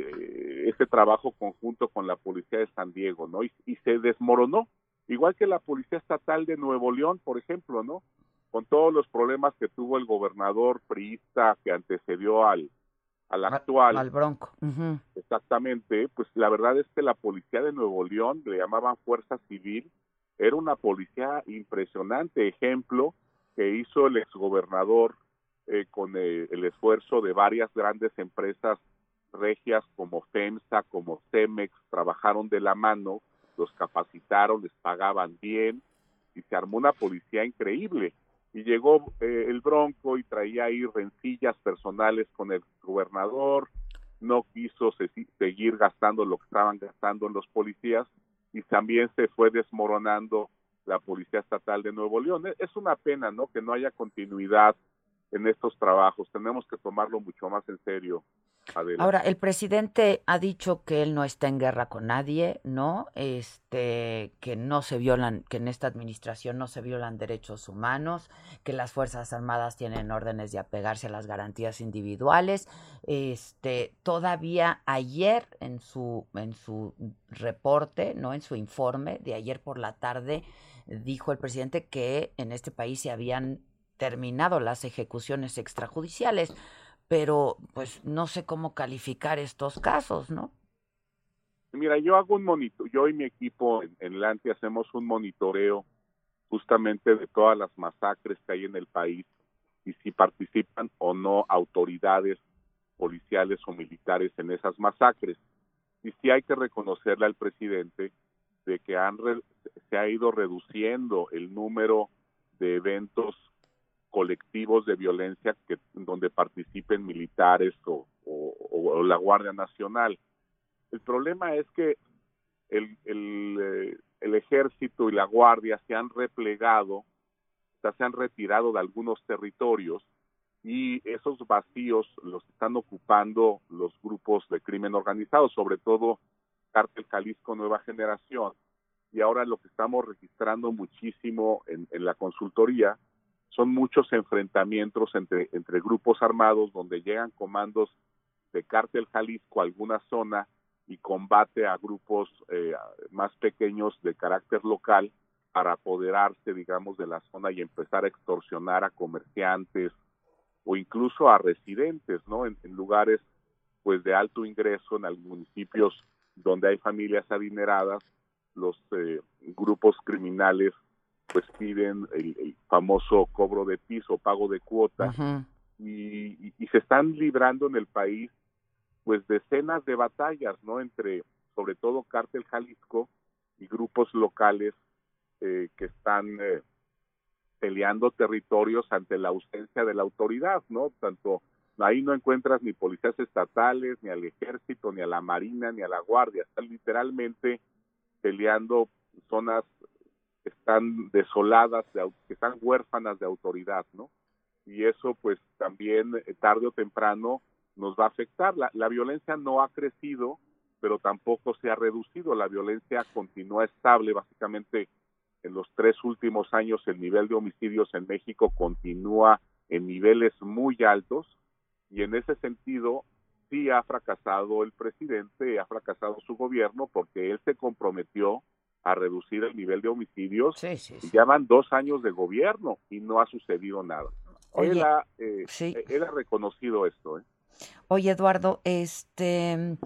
eh, este trabajo conjunto con la policía de San Diego, ¿no? Y, y se desmoronó, igual que la policía estatal de Nuevo León, por ejemplo, ¿no? Con todos los problemas que tuvo el gobernador priista que antecedió al al actual, al Bronco. Uh-huh. Exactamente, pues la verdad es que la policía de Nuevo León, le llamaban Fuerza Civil, era una policía impresionante, ejemplo que hizo el exgobernador eh, con el, el esfuerzo de varias grandes empresas regias como FEMSA, como Cemex, trabajaron de la mano, los capacitaron, les pagaban bien y se armó una policía increíble. Y llegó eh, el Bronco y traía ahí rencillas personales con el gobernador, no quiso se, seguir gastando lo que estaban gastando en los policías y también se fue desmoronando la Policía Estatal de Nuevo León. Es una pena, ¿no?, que no haya continuidad en estos trabajos. Tenemos que tomarlo mucho más en serio, Adela. Ahora, el presidente ha dicho que él no está en guerra con nadie, ¿no? Este, que no se violan, que en esta administración no se violan derechos humanos, que las Fuerzas Armadas tienen órdenes de apegarse a las garantías individuales. Este, todavía ayer en su en su reporte, ¿no?, en su informe de ayer por la tarde, dijo el presidente que en este país se habían terminado las ejecuciones extrajudiciales. Pero, pues, no sé cómo calificar estos casos, ¿no? Mira, yo hago un monitoreo, yo y mi equipo en, en Lanti hacemos un monitoreo justamente de todas las masacres que hay en el país y si participan o no autoridades policiales o militares en esas masacres. Y sí hay que reconocerle al presidente de que han re, se ha ido reduciendo el número de eventos colectivos de violencia que donde participen militares o, o, o la Guardia Nacional. El problema es que el, el, el ejército y la Guardia se han replegado, o sea, se han retirado de algunos territorios y esos vacíos los están ocupando los grupos de crimen organizado, sobre todo Cártel Jalisco Nueva Generación, y ahora lo que estamos registrando muchísimo en, en la consultoría son muchos enfrentamientos entre, entre grupos armados donde llegan comandos de Cártel Jalisco a alguna zona y combate a grupos eh, más pequeños de carácter local para apoderarse, digamos, de la zona y empezar a extorsionar a comerciantes o incluso a residentes, ¿no? En, en lugares pues de alto ingreso, en algunos municipios donde hay familias adineradas, los eh, grupos criminales pues piden el, el famoso cobro de piso, pago de cuota, uh-huh. y, y, y se están librando en el país pues decenas de batallas, ¿no?, entre sobre todo Cártel Jalisco y grupos locales eh, que están eh, peleando territorios ante la ausencia de la autoridad, ¿no? Tanto ahí no encuentras ni policías estatales, ni al ejército, ni a la marina, ni a la guardia. Están literalmente peleando zonas que están desoladas, de, que están huérfanas de autoridad, ¿no? Y eso pues también eh, tarde o temprano nos va a afectar. La, la violencia no ha crecido, pero tampoco se ha reducido. La violencia continúa estable. Básicamente en los tres últimos años el nivel de homicidios en México continúa en niveles muy altos, y en ese sentido sí ha fracasado el presidente, ha fracasado su gobierno, porque él se comprometió a reducir el nivel de homicidios. Sí, sí, sí. Ya van dos años de gobierno y no ha sucedido nada. Oye, él, ha, eh, sí. él ha reconocido esto. ¿eh? Oye, Eduardo, este...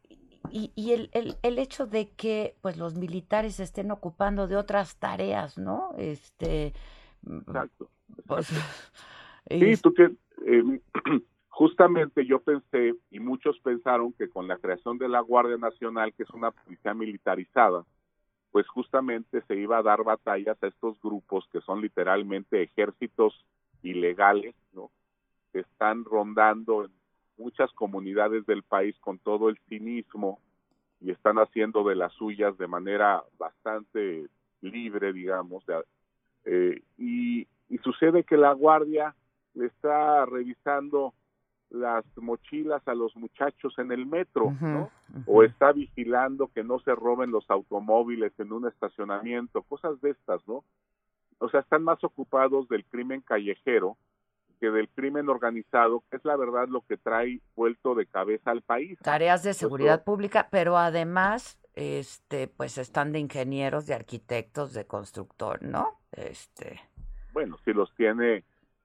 Y, y el, el, el hecho de que pues los militares se estén ocupando de otras tareas, ¿no? Este... Exacto. Pues, sí, es... tú que... Eh, justamente yo pensé, y muchos pensaron, que con la creación de la Guardia Nacional, que es una policía militarizada, pues justamente se iba a dar batallas a estos grupos que son literalmente ejércitos ilegales, ¿no? Que están rondando en muchas comunidades del país con todo el cinismo y están haciendo de las suyas de manera bastante libre, digamos, eh, y, y sucede que la Guardia le está revisando las mochilas a los muchachos en el metro, uh-huh, ¿no? Uh-huh. O está vigilando que no se roben los automóviles en un estacionamiento, cosas de estas, ¿no? O sea, están más ocupados del crimen callejero que del crimen organizado, que es la verdad lo que trae vuelto de cabeza al país. Tareas de seguridad Esto... pública, pero además, este, pues están de ingenieros, de arquitectos, de constructor, ¿no? Este. Bueno, si los tiene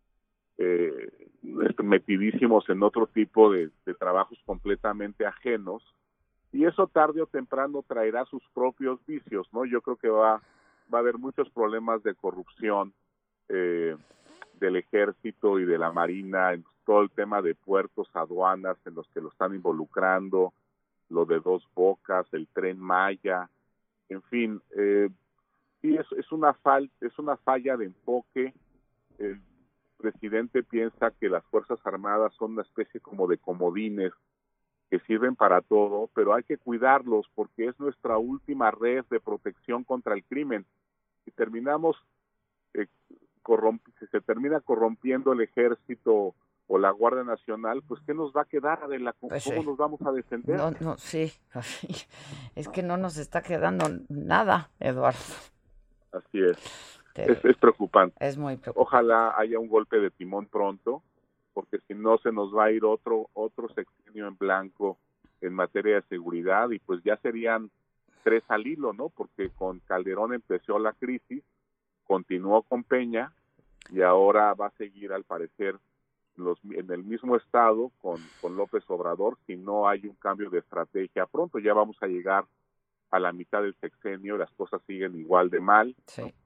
eh, metidísimos en otro tipo de, de trabajos completamente ajenos, y eso tarde o temprano traerá sus propios vicios, ¿no? Yo creo que va, va a haber muchos problemas de corrupción eh, del ejército y de la marina, en todo el tema de puertos, aduanas, en los que lo están involucrando, lo de Dos Bocas, el Tren Maya, en fin, eh, sí es, es una fal, es una falla de enfoque. El presidente piensa que las Fuerzas Armadas son una especie como de comodines que sirven para todo, pero hay que cuidarlos porque es nuestra última red de protección contra el crimen. Si terminamos eh, corromp- si se termina corrompiendo el ejército o la Guardia Nacional, pues ¿qué nos va a quedar de la ¿Cómo pues sí. nos vamos a defender? No, no, sí, sí, es que no nos está quedando nada, Eduardo. Así es. Te... es, es preocupante. Es muy preocupante. Ojalá haya un golpe de timón pronto, porque si no se nos va a ir otro otro sexenio en blanco en materia de seguridad, y pues ya serían tres al hilo, ¿no? Porque con Calderón empezó la crisis, continuó con Peña y ahora va a seguir, al parecer, los, en el mismo estado con, con López Obrador, si no hay un cambio de estrategia pronto. Ya vamos a llegar a la mitad del sexenio y las cosas siguen igual de mal. Sí. ¿no?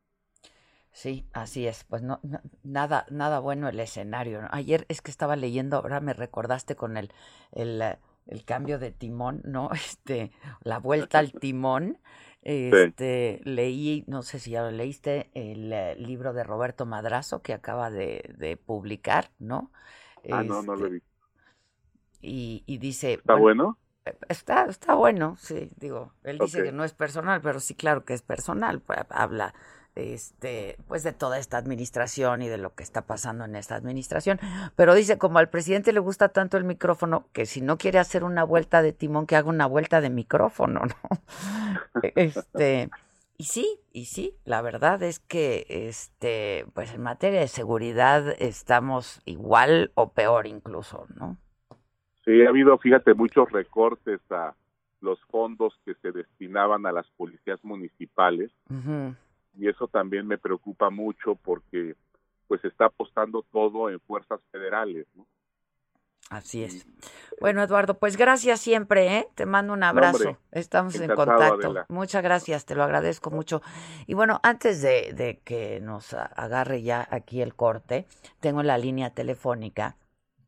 Sí, así es. Pues no, no nada nada bueno el escenario, ¿no? Ayer es que estaba leyendo, ahora me recordaste con el el, el cambio de timón, ¿no? Este, la vuelta al timón. Este, sí. Leí, no sé si ya lo leíste, el, el libro de Roberto Madrazo que acaba de, de publicar, ¿no? Ah, este, no, no lo he visto. Y, y dice... ¿Está bueno? bueno? Está, está bueno, sí, digo, él dice okay. que no es personal, pero sí, claro que es personal, pues, habla este, pues de toda esta administración y de lo que está pasando en esta administración, pero dice, como al presidente le gusta tanto el micrófono, que si no quiere hacer una vuelta de timón, que haga una vuelta de micrófono, ¿no? este, y sí, y sí, la verdad es que, este, pues en materia de seguridad estamos igual o peor incluso, ¿no? Sí, ha habido, fíjate, muchos recortes a los fondos que se destinaban a las policías municipales. Uh-huh. Y eso también me preocupa mucho porque pues está apostando todo en fuerzas federales, ¿no? Así es. Bueno, Eduardo, pues gracias siempre, ¿eh? Te mando un abrazo. No, hombre, estamos en encantado, contacto. Adela. Muchas gracias, te lo agradezco mucho. Y bueno, antes de, de que nos agarre ya aquí el corte, tengo la línea telefónica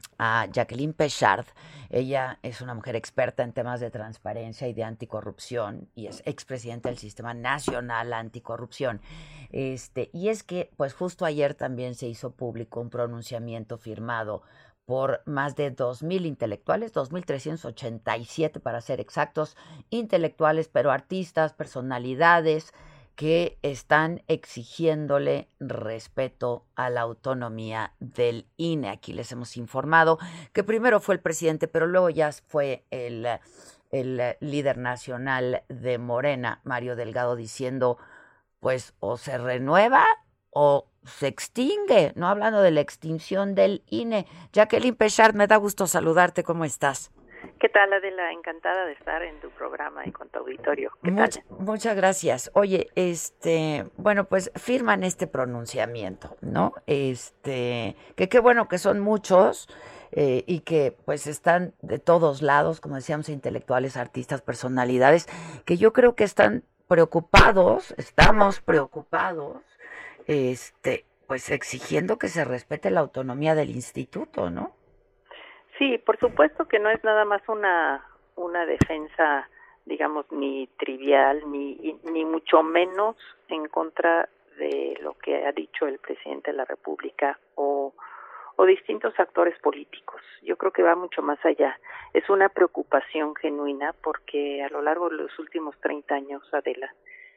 a Jacqueline Pechard. Ella es una mujer experta en temas de transparencia y de anticorrupción y es expresidenta del Sistema Nacional Anticorrupción. Este, y es que, pues justo ayer también se hizo público un pronunciamiento firmado por más de dos mil intelectuales, dos mil trescientos ochenta y siete para ser exactos, intelectuales, pero artistas, personalidades que están exigiéndole respeto a la autonomía del I N E. Aquí les hemos informado que primero fue el presidente, pero luego ya fue el, el líder nacional de Morena, Mario Delgado, diciendo, pues, o se renueva o se extingue, no hablando de la extinción del I N E. Jacqueline Pechard, me da gusto saludarte, ¿cómo estás? ¿Qué tal, Adela? Encantada de estar en tu programa y con tu auditorio. ¿Qué Much, tal? Muchas gracias. Oye, este, bueno, pues firman este pronunciamiento, ¿no? Este, que qué bueno que son muchos eh, y que pues están de todos lados, como decíamos, intelectuales, artistas, personalidades, que yo creo que están preocupados, estamos preocupados, este, pues exigiendo que se respete la autonomía del instituto, ¿no? Sí, por supuesto que no es nada más una una defensa, digamos, ni trivial, ni ni mucho menos en contra de lo que ha dicho el presidente de la República o o distintos actores políticos. Yo creo que va mucho más allá. Es una preocupación genuina porque a lo largo de los últimos treinta años, Adela,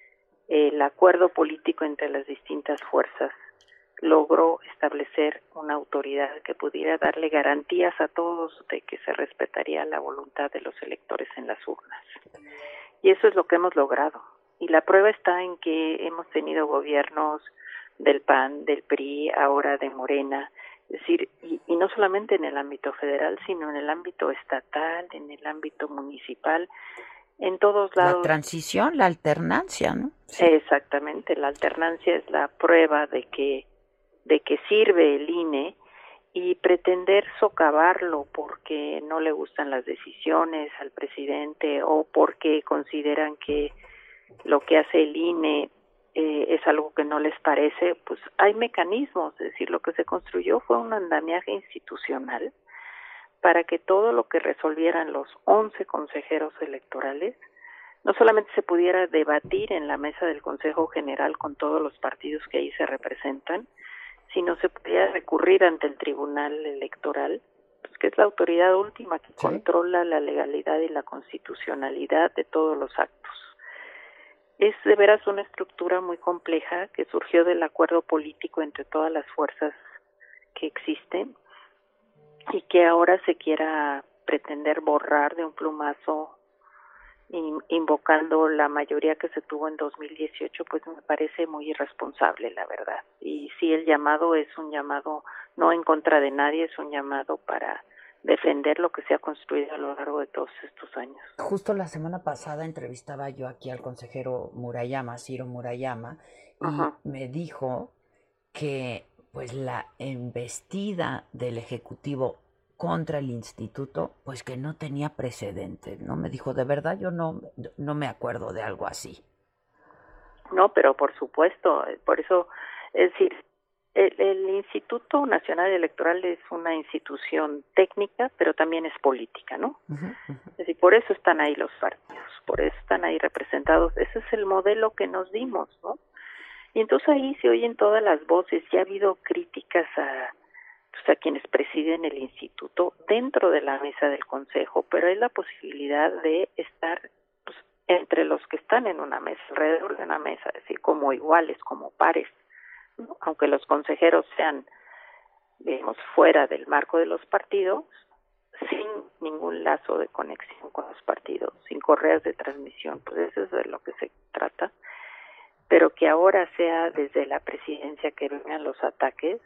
el acuerdo político entre las distintas fuerzas logró establecer una autoridad que pudiera darle garantías a todos de que se respetaría la voluntad de los electores en las urnas. Y eso es lo que hemos logrado. Y la prueba está en que hemos tenido gobiernos del P A N, del P R I, ahora de Morena, es decir, y, y no solamente en el ámbito federal, sino en el ámbito estatal, en el ámbito municipal, en todos lados. La transición, la alternancia, ¿no? Sí. Exactamente, la alternancia es la prueba de que de que sirve el I N E, y pretender socavarlo porque no le gustan las decisiones al presidente o porque consideran que lo que hace el I N E eh, es algo que no les parece, pues hay mecanismos. Es decir, lo que se construyó fue un andamiaje institucional para que todo lo que resolvieran los once consejeros electorales no solamente se pudiera debatir en la mesa del Consejo General con todos los partidos que ahí se representan, sino se pudiera recurrir ante el Tribunal Electoral, pues que es la autoridad última que ¿sí? controla la legalidad y la constitucionalidad de todos los actos. Es de veras una estructura muy compleja que surgió del acuerdo político entre todas las fuerzas que existen y que ahora se quiera pretender borrar de un plumazo invocando la mayoría que se tuvo en dos mil dieciocho, pues me parece muy irresponsable, la verdad. Y sí, el llamado es un llamado no en contra de nadie, es un llamado para defender lo que se ha construido a lo largo de todos estos años. Justo la semana pasada entrevistaba yo aquí al consejero Murayama, Ciro Murayama, y Ajá. me dijo que pues la embestida del Ejecutivo contra el instituto, pues que no tenía precedentes, ¿no? Me dijo, de verdad yo no, no me acuerdo de algo así. No, pero por supuesto, por eso, es decir, el, el Instituto Nacional Electoral es una institución técnica, pero también es política, ¿no? Uh-huh, uh-huh. Es decir, por eso están ahí los partidos, por eso están ahí representados, ese es el modelo que nos dimos, ¿no? Y entonces ahí se oyen todas las voces, ya ha habido críticas a a quienes presiden el instituto dentro de la mesa del consejo, pero hay la posibilidad de estar pues, entre los que están en una mesa, alrededor de una mesa, es decir, como iguales, como pares, ¿no? Aunque los consejeros sean, digamos, fuera del marco de los partidos, sin ningún lazo de conexión con los partidos, sin correas de transmisión, pues eso es de lo que se trata, pero que ahora sea desde la presidencia que vengan los ataques,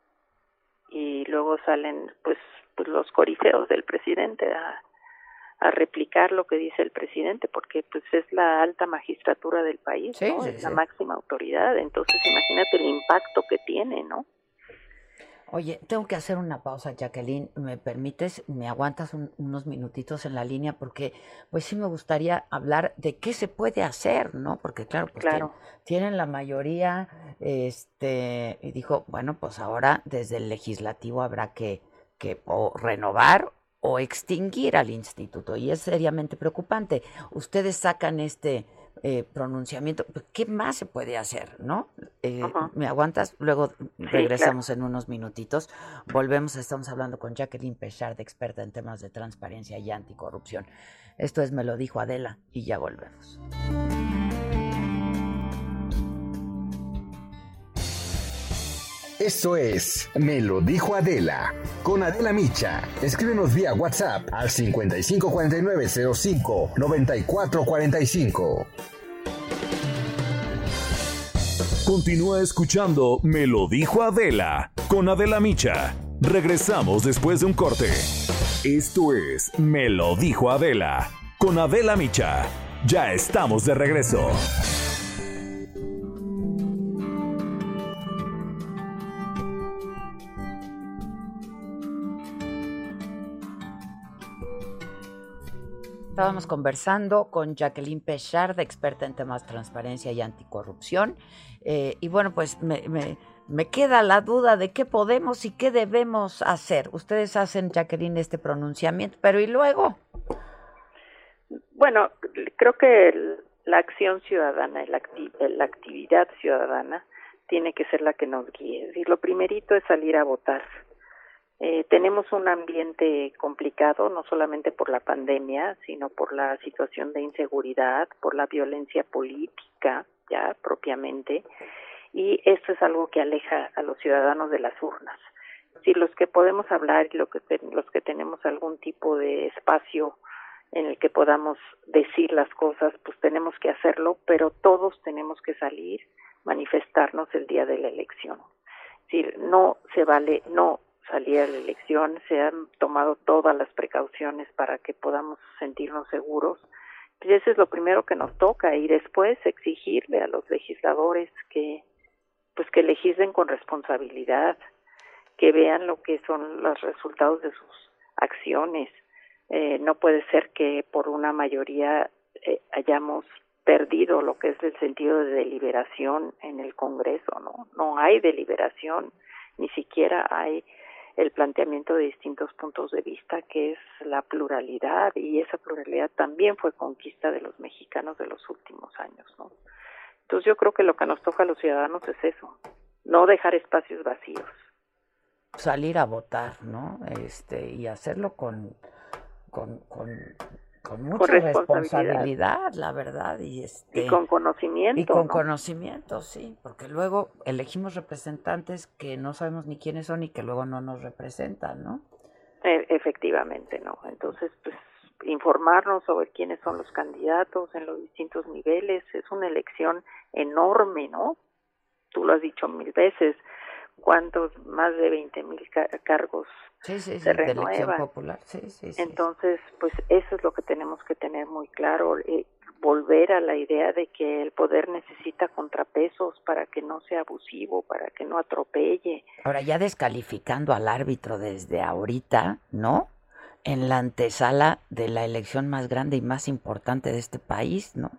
y luego salen pues, pues los corifeos del presidente a, a replicar lo que dice el presidente, porque pues es la alta magistratura del país, sí, ¿no? Sí, es sí. la máxima autoridad, entonces imagínate el impacto que tiene, ¿no? Oye, tengo que hacer una pausa, Jacqueline, ¿me permites? ¿Me aguantas un, unos minutitos en la línea? Porque pues sí me gustaría hablar de qué se puede hacer, ¿no? Porque claro, pues claro. Tienen, tienen la mayoría, este, y dijo, bueno, pues ahora desde el legislativo habrá que, que o renovar o extinguir al instituto, y es seriamente preocupante. Ustedes sacan este eh, pronunciamiento, ¿qué más se puede hacer, no? Eh, uh-huh. ¿Me aguantas? Luego regresamos sí, claro. en unos minutitos. Volvemos, estamos hablando con Jacqueline Pechard, experta en temas de transparencia y anticorrupción. Esto es Me lo dijo Adela, y ya volvemos. Esto es Me lo dijo Adela, con Adela Micha. Escríbenos vía WhatsApp al cincuenta y cinco cuarenta y nueve cero cinco noventa y cuatro cuarenta y cinco. Continúa escuchando Me lo dijo Adela, con Adela Micha. Regresamos después de un corte. Esto es Me lo dijo Adela, con Adela Micha. Ya estamos de regreso. Estábamos conversando con Jacqueline Pechard, experta en temas de transparencia y anticorrupción. Eh, y bueno, pues me, me, me queda la duda de qué podemos y qué debemos hacer. Ustedes hacen, Jacqueline, este pronunciamiento, pero ¿y luego? Bueno, creo que la acción ciudadana, la, acti- la actividad ciudadana tiene que ser la que nos guíe. Es decir, lo primerito es salir a votar. Eh, tenemos un ambiente complicado, no solamente por la pandemia, sino por la situación de inseguridad, por la violencia política, ya propiamente, y esto es algo que aleja a los ciudadanos de las urnas. Si los que podemos hablar y los que, te, los que tenemos algún tipo de espacio en el que podamos decir las cosas, pues tenemos que hacerlo, pero todos tenemos que salir, manifestarnos el día de la elección. Es decir, no se vale, no salir a la elección, se han tomado todas las precauciones para que podamos sentirnos seguros. Y eso es lo primero que nos toca, y después exigirle a los legisladores que pues que legislen con responsabilidad, que vean lo que son los resultados de sus acciones. Eh, no puede ser que por una mayoría eh, hayamos perdido lo que es el sentido de deliberación en el Congreso, ¿no? No hay deliberación, ni siquiera hay el planteamiento de distintos puntos de vista, que es la pluralidad, y esa pluralidad también fue conquista de los mexicanos de los últimos años, ¿no? Entonces yo creo que lo que nos toca a los ciudadanos es eso, no dejar espacios vacíos. Salir a votar, ¿no? Este, y hacerlo con, con, con, con mucha con responsabilidad. responsabilidad, la verdad, y este y con conocimiento. Y con ¿no? conocimiento, sí, porque luego elegimos representantes que no sabemos ni quiénes son y que luego no nos representan, ¿no? E- efectivamente, ¿no? Entonces, pues, informarnos sobre quiénes son los candidatos en los distintos niveles, es una elección enorme, ¿no? Tú lo has dicho mil veces, cuántos, más de veinte mil car- cargos sí, sí, sí, se renuevan. Popular. Sí, sí, sí. Entonces, pues eso es lo que tenemos que tener muy claro, eh, volver a la idea de que el poder necesita contrapesos para que no sea abusivo, para que no atropelle. Ahora, ya descalificando al árbitro desde ahorita, ¿no? En la antesala de la elección más grande y más importante de este país, ¿no?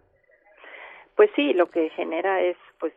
Pues sí, lo que genera es, pues,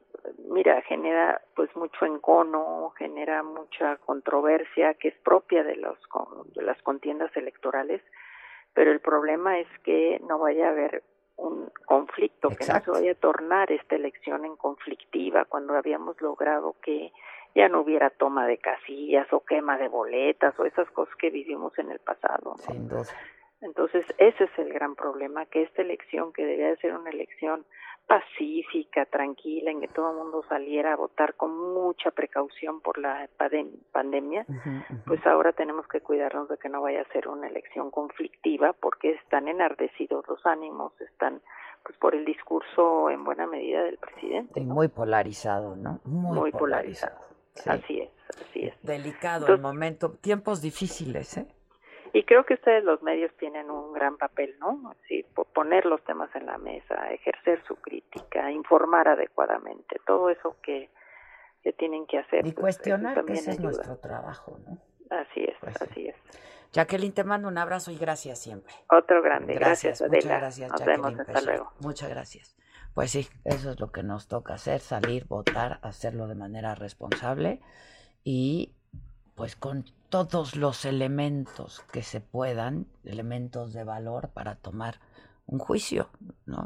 mira, genera pues mucho encono, genera mucha controversia que es propia de los de las contiendas electorales, pero el problema es que no vaya a haber un conflicto, Exacto. que no se vaya a tornar esta elección en conflictiva cuando habíamos logrado que ya no hubiera toma de casillas o quema de boletas o esas cosas que vivimos en el pasado, ¿no? Sin duda. Entonces, ese es el gran problema, que esta elección, que debía de ser una elección pacífica, tranquila, en que todo el mundo saliera a votar con mucha precaución por la pandemia, uh-huh, uh-huh. pues ahora tenemos que cuidarnos de que no vaya a ser una elección conflictiva, porque están enardecidos los ánimos, están pues por el discurso en buena medida del presidente, y ¿no? muy polarizado, ¿no? Muy, muy polarizado. polarizado. Sí. Así es, así es. Delicado Entonces, el momento, tiempos difíciles, ¿eh? Y creo que ustedes, los medios, tienen un gran papel, ¿no? Así, poner los temas en la mesa, ejercer su crítica, informar adecuadamente, todo eso que, que tienen que hacer. Y pues, cuestionar, que ese ayuda. Es nuestro trabajo, ¿no? Así es, pues, así es. Jacqueline, te mando un abrazo y gracias siempre. Otro grande, gracias, gracias Adela. Muchas gracias, Nos Jacqueline vemos, hasta Pechard. luego. Muchas gracias. Pues sí, eso es lo que nos toca hacer, salir, votar, hacerlo de manera responsable y pues con todos los elementos que se puedan, elementos de valor para tomar un juicio, ¿no?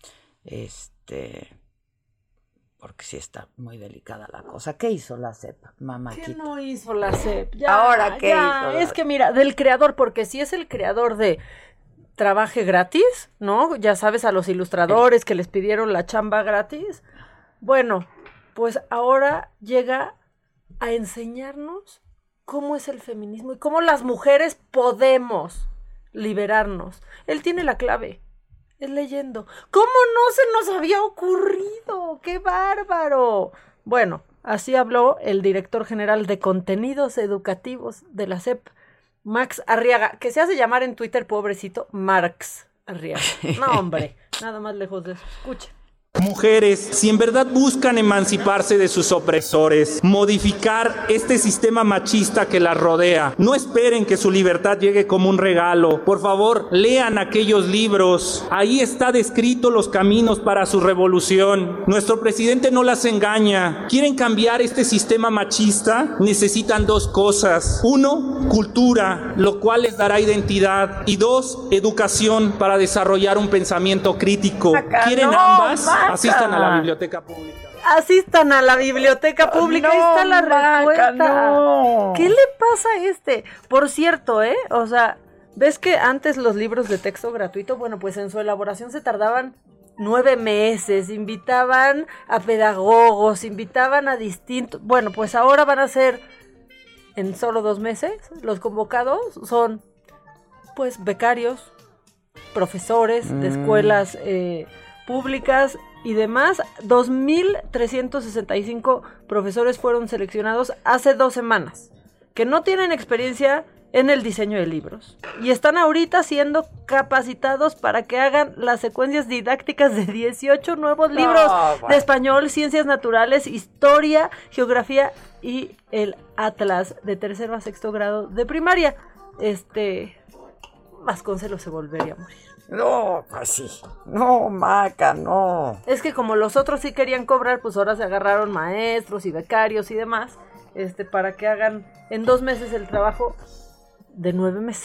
Este, porque sí está muy delicada la cosa. ¿Qué hizo la C E P, mamáquita? ¿Qué no hizo la C E P? Ya, ¿Ahora qué ya. hizo? Es que mira, del creador, porque si es el creador de Trabaje Gratis, ¿no? Ya sabes, a los ilustradores que les pidieron la chamba gratis. Bueno, pues ahora llega a enseñarnos cómo es el feminismo y cómo las mujeres podemos liberarnos. Él tiene la clave. Es leyendo. ¿Cómo no se nos había ocurrido? ¡Qué bárbaro! Bueno, así habló el director general de contenidos educativos de la C E P, Max Arriaga, que se hace llamar en Twitter, pobrecito, Marx Arriaga. No, hombre, nada más lejos de eso. Escuchen. Mujeres, si en verdad buscan emanciparse de sus opresores, modificar este sistema machista que las rodea, no esperen que su libertad llegue como un regalo. Por favor, lean aquellos libros. Ahí está descrito los caminos para su revolución. Nuestro presidente no las engaña. ¿Quieren cambiar este sistema machista? Necesitan dos cosas. Uno, cultura, lo cual les dará identidad. Y dos, educación para desarrollar un pensamiento crítico. Acá ¿Quieren no, ambas? Maca. Asistan a la biblioteca pública. Asistan a la biblioteca pública, No, ahí está la Maca, respuesta. no. ¿Qué le pasa a este? Por cierto, ¿eh? O sea, ¿ves que antes los libros de texto gratuito, bueno, pues en su elaboración se tardaban nueve meses, invitaban a pedagogos, invitaban a distintos... Bueno, pues ahora van a ser en solo dos meses. Los convocados son, pues, becarios, profesores de Mm. escuelas eh, públicas y demás. dos mil trescientos sesenta y cinco profesores fueron seleccionados hace dos semanas, que no tienen experiencia en el diseño de libros y están ahorita siendo capacitados para que hagan las secuencias didácticas de dieciocho nuevos libros No, bueno. de español, ciencias naturales, historia, geografía y el atlas de tercero a sexto grado de primaria. Este Vasconcelos se volvería a morir. No, pues sí. No, Maca, no. Es que como los otros sí querían cobrar, pues ahora se agarraron maestros y becarios y demás, este, para que hagan en dos meses el trabajo de nueve meses.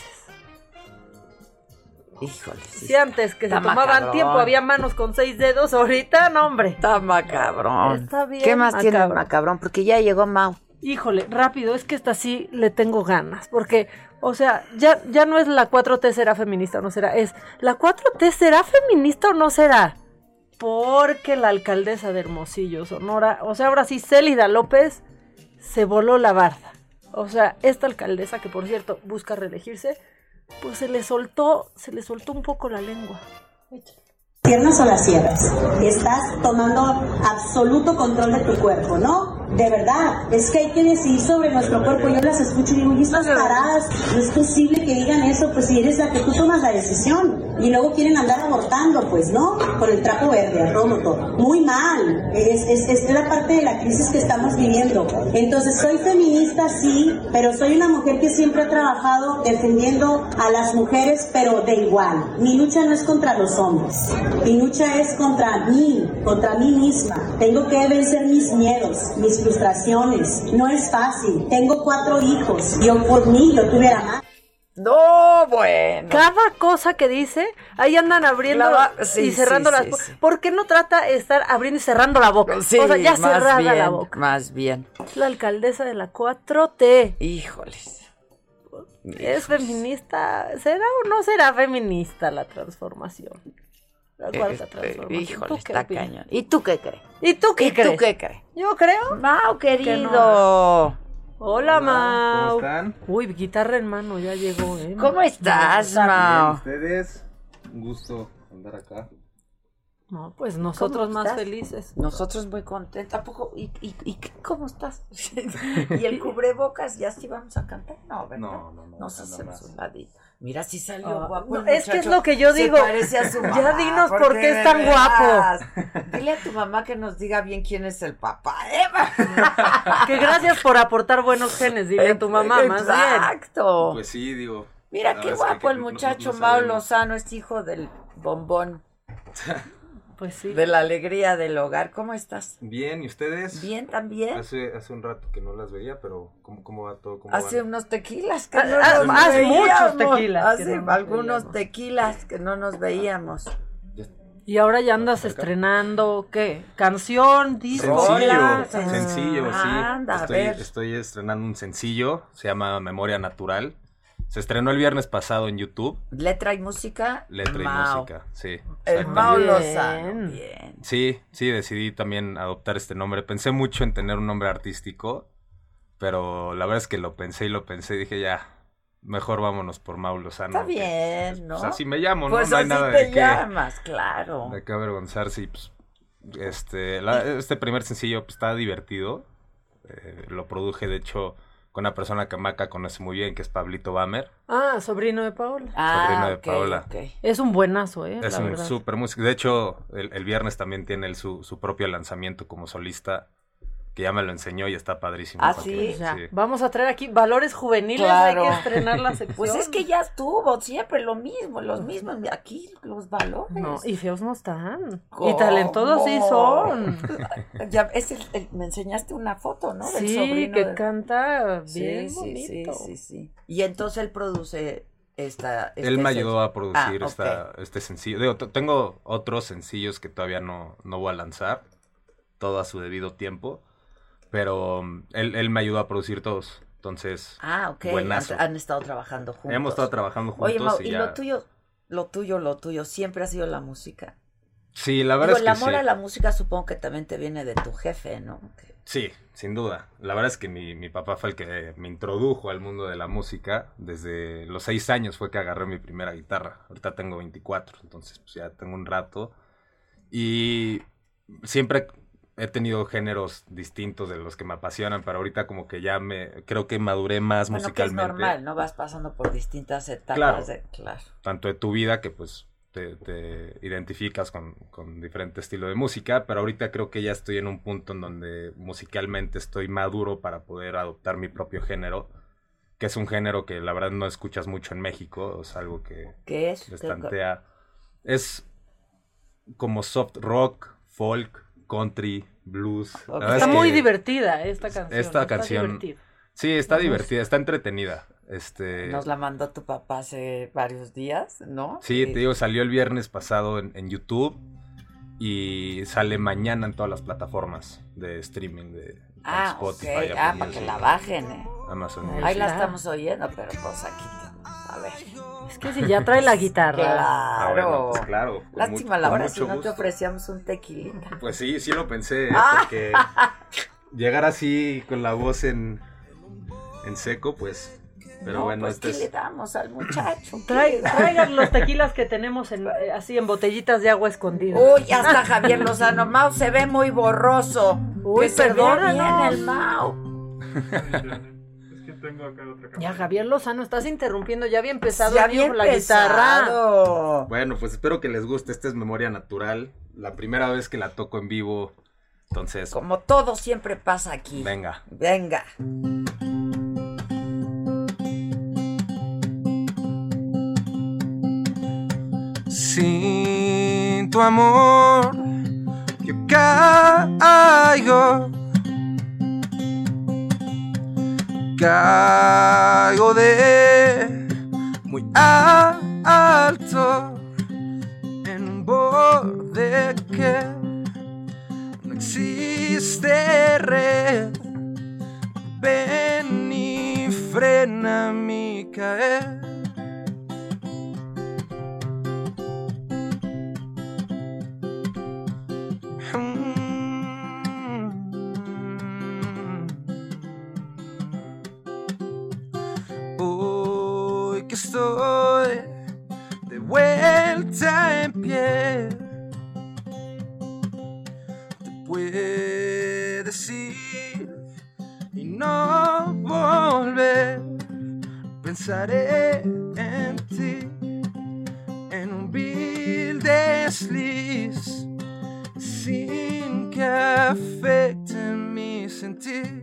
Híjole, sí. Si antes que se Está tomaban macabrón. tiempo había manos con seis dedos, ahorita no, hombre. Está macabrón. Está bien ¿Qué más tiene macabrón. macabrón? Porque ya llegó Mau. Híjole, rápido, es que esta sí le tengo ganas, porque, o sea, ya, ya no es la cuatro T será feminista o no será, es la cuatro T será feminista o no será, porque la alcaldesa de Hermosillo, Sonora, o sea, ahora sí, Célida López se voló la barda. O sea, esta alcaldesa, que por cierto busca reelegirse, pues se le soltó, se le soltó un poco la lengua. Échale. ¿Cierras o las cierras? Estás tomando absoluto control de tu cuerpo, ¿no? De verdad, es que hay que decidir sobre nuestro cuerpo. Yo las escucho y digo, y estas taradas, no es posible que digan eso, pues si eres la que tú tomas la decisión. Y luego quieren andar abortando, pues, ¿no? Con el trapo verde, a todo motor. Muy mal. Es, es, es la parte de la crisis que estamos viviendo. Entonces, soy feminista, sí, pero soy una mujer que siempre ha trabajado defendiendo a las mujeres, pero de igual. Mi lucha no es contra los hombres. Mi lucha es contra mí, contra mí misma. Tengo que vencer mis miedos, mis frustraciones. No es fácil. Tengo cuatro hijos. Yo por mí lo tuviera más. No, bueno. Cada cosa que dice, ahí andan abriendo La va- sí, y cerrando sí, las sí, boca. sí. ¿Por qué no trata de estar abriendo y cerrando la boca? Sí, o sea, ya más cerrada bien, la boca. más bien. La alcaldesa de la cuatro T. Híjoles. ¿Es feminista? ¿Será o no será feminista la transformación? La cuarta Este, transformación. híjole, ¿Tú qué está opinas? cañón. ¿Y tú qué crees? ¿Y tú qué ¿Y crees? tú qué crees? Yo creo. Mau, querido. no. Hola, Mau. ¿Cómo están? Uy, guitarra en mano, ya llegó, ¿eh? ¿Cómo estás, Está bien. Mau? ¿Ustedes? Un gusto andar acá. No, pues nosotros ¿Cómo más estás? felices. Nosotros muy contentos. ¿A poco? ¿Y, y, y qué- cómo estás? ¿Y el cubrebocas? ¿Ya sí vamos a cantar? No, ¿verdad? No, no, no. Nos nada hacemos más. un ladito. Mira, si salió Ah, guapo. no, el es que es muchacho. lo que yo Se digo. parece a su Ya mamá, dinos por porque qué es de tan veras. Dile a tu mamá que nos diga bien quién es el papá, Eva. Que gracias por aportar buenos genes, dile a tu mamá, más bien. Exacto. Pues sí, digo. Mira la qué verdad es que- guapo que el no- muchacho no Mau sabemos. Lozano, es hijo del bombón. Pues sí. De la alegría del hogar. ¿Cómo estás? Bien, ¿y ustedes? Bien, también. Hace, hace un rato que no las veía, pero ¿cómo, cómo va todo? ¿Cómo Hace van? unos tequilas que Ah, no ah, nos hace veíamos. muchos tequilas que Hace no nos algunos veíamos. tequilas que no nos veíamos. Y ahora ya andas estrenando, ¿qué? ¿Canción? ¿Disco? Sencillo, Hola. sencillo, sí. Anda, a estoy, ver. estoy estrenando un sencillo, se llama Memoria Natural. Se estrenó el viernes pasado en YouTube. Letra y música. Letra Mao. y música, sí. El Mao exactamente. Lozano. Bien. Sí, sí, decidí también adoptar este nombre. Pensé mucho en tener un nombre artístico, pero la verdad es que lo pensé y lo pensé y dije ya, mejor vámonos por Mao Lozano. Está bien, ¿no? Pues así me llamo, ¿no? Pues No hay así nada te de qué, llamas, claro. de qué avergonzarse. Y pues, este, la- este primer sencillo pues, está divertido. Eh, lo produje, de hecho, con una persona que Maca conoce muy bien, que es Pablito Bamer. Ah, sobrino de Paola. Sobrino de Paola. Es un buenazo, ¿eh? Es la un verdad. súper músico. De hecho, el, el viernes también tiene él su, su propio lanzamiento como solista, que ya me lo enseñó y está padrísimo. ¿Ah, para sí? que- Ya, sí. Vamos a traer aquí valores juveniles, Claro. hay que estrenar la sección. Pues es que ya estuvo siempre lo mismo, los mismos. Aquí los valores. No, y feos no están. ¿Cómo? Y talentosos sí son. Ya, es el- el- me enseñaste una foto, ¿no? Del Sí, sobrino que de- canta Sí, bien sí, sí, bonito. sí, sí. Y entonces él produce esta... este Él me sen- ayudó a producir Ah, esta, ok. este sencillo. Digo, t- tengo otros sencillos que todavía no, no voy a lanzar, todo a su debido tiempo, pero um, él, él me ayudó a producir todos. Entonces, Ah, ok. Han, buenazo. han estado trabajando juntos. Hemos estado trabajando juntos. Oye, Mau, y y ya- lo tuyo, lo tuyo, lo tuyo, siempre ha sido la música. Sí, la verdad Digo, el es que amor sí. a la música supongo que también te viene de tu jefe, ¿no? Sí, sin duda. La verdad es que mi, mi papá fue el que me introdujo al mundo de la música. Desde los seis años fue que agarré mi primera guitarra. Ahorita tengo veinticuatro, entonces pues ya tengo un rato. Y siempre he tenido géneros distintos de los que me apasionan, pero ahorita como que ya me creo que maduré más Bueno, que es musicalmente. normal, ¿no? Vas pasando por distintas etapas Claro. de... Claro. Tanto de tu vida que pues te, te identificas con, con diferente estilo de música, pero ahorita creo que ya estoy en un punto en donde musicalmente estoy maduro para poder adoptar mi propio género, que es un género que la verdad no escuchas mucho en México, es algo que ¿Qué es? destantea. Es como soft rock, folk, country, blues. La Ok. verdad Está es muy que divertida esta canción. Esta está canción, divertida. sí, está Nos- divertida, está entretenida. Este, Nos la mandó tu papá hace varios días, ¿no? Sí, te digo, salió el viernes pasado en, en YouTube y sale mañana en todas las plataformas de streaming de Ah, Spotify, ok. Apple Ah, para Music, que la bajen, ¿eh? Amazon Ahí Music. la estamos oyendo, pero pues aquí, a ver. Es que si ya trae la guitarra. Claro. Ah, bueno, pues claro, con Lástima mu- la con hora si mucho no te gusto. ofrecíamos un tequilita. Pues sí, sí lo pensé, ¿eh? Ah. Porque llegar así con la voz en, en seco, pues... Pero No, bueno, pues, este ¿qué le es... damos al muchacho? ¿Qué Trae- le da- traigan los tequilas que tenemos en, eh, así en botellitas de agua escondida. Uy, hasta Javier Lozano. Mau se ve muy borroso. Uy, que se vea perdónanos. bien el Mau. Es que tengo acá otra cámara. Ya, Javier Lozano, estás interrumpiendo. Ya había empezado Ya el niño había con la guitarra. empezado. Bueno, pues espero que les guste. Esta es Memoria Natural. La primera vez que la toco en vivo. Entonces, Como todo siempre pasa aquí. venga. Venga. Sin tu amor, yo caigo, caigo de muy alto en un borde que no existe red. Ven y frena mi caer. Hoy que estoy de vuelta en pie, te puedes ir y no volver. Pensaré en ti en un vil desliz, sin que afecte mi sentir.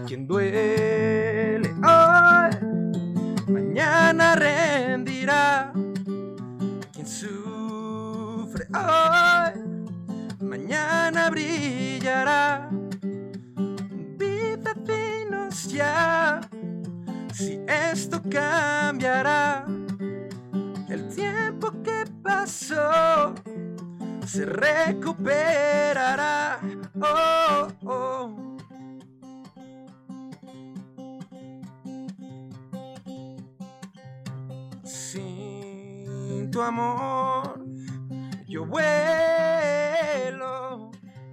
Quien duele hoy, mañana rendirá. Quien sufre hoy, mañana brillará. Vida, dinos ya si esto cambiará. El tiempo que pasó se recuperará. Oh, oh. Sin tu amor yo vuelo,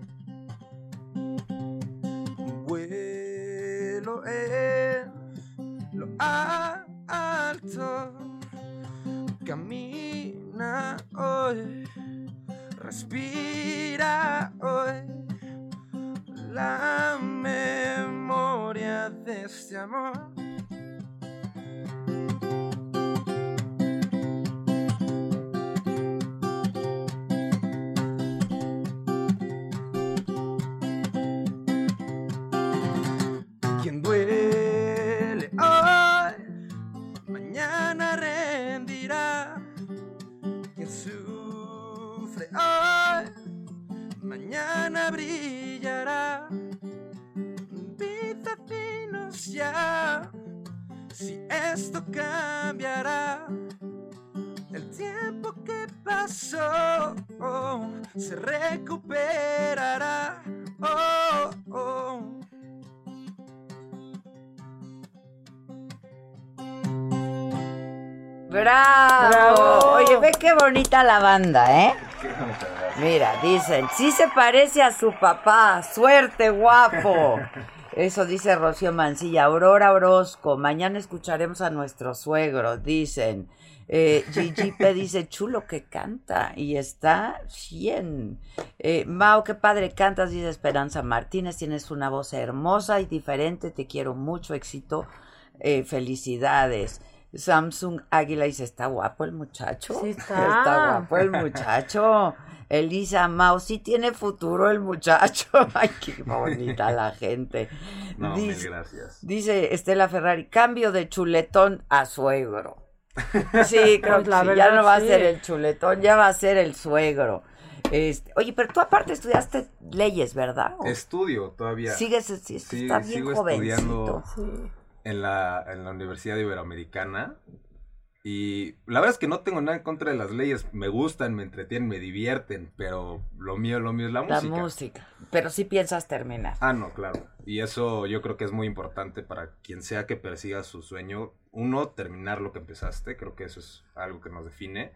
vuelo en lo alto. Camina hoy, respira hoy la memoria de este amor. Quien duele hoy, mañana rendirá. Quien sufre hoy, mañana brillará. Vida, dinos ya si esto cambiará. El tiempo que pasó oh, se recuperará. Oh, oh. ¡Bravo! ¡Bravo! Oye, ve qué bonita la banda, ¿eh? Mira, dicen, sí se parece a su papá, suerte, guapo. Eso dice Rocío Mancilla. Aurora Orozco, mañana escucharemos a nuestro suegro, dicen. Eh, Gigi P dice, chulo que canta, y está cien. Eh, Mao, qué padre cantas, dice Esperanza Martínez, tienes una voz hermosa y diferente, te quiero mucho, éxito, eh, felicidades. Samsung Águila dice, está guapo el muchacho. Sí está. Está guapo el muchacho. Elisa Mau, sí tiene futuro el muchacho. Ay, qué bonita la gente. No, dice, mil gracias. Dice Estela Ferrari, cambio de chuletón a suegro. Sí, creo Pues que la sí, verdad, ya no va sí. a ser el chuletón, ya va a ser el suegro. Este, oye, pero tú aparte estudiaste leyes, ¿verdad? ¿O Estudio todavía. sigues, sí, Sí, está bien sigo jovencito. estudiando en la, en la Universidad Iberoamericana. Y la verdad es que no tengo nada en contra de las leyes. Me gustan, me entretienen, me divierten. Pero lo mío, lo mío es la, La música. música. Pero sí piensas terminar. Ah, no, claro. Y eso yo creo que es muy importante para quien sea que persiga su sueño. Uno, terminar lo que empezaste. Creo que eso es algo que nos define.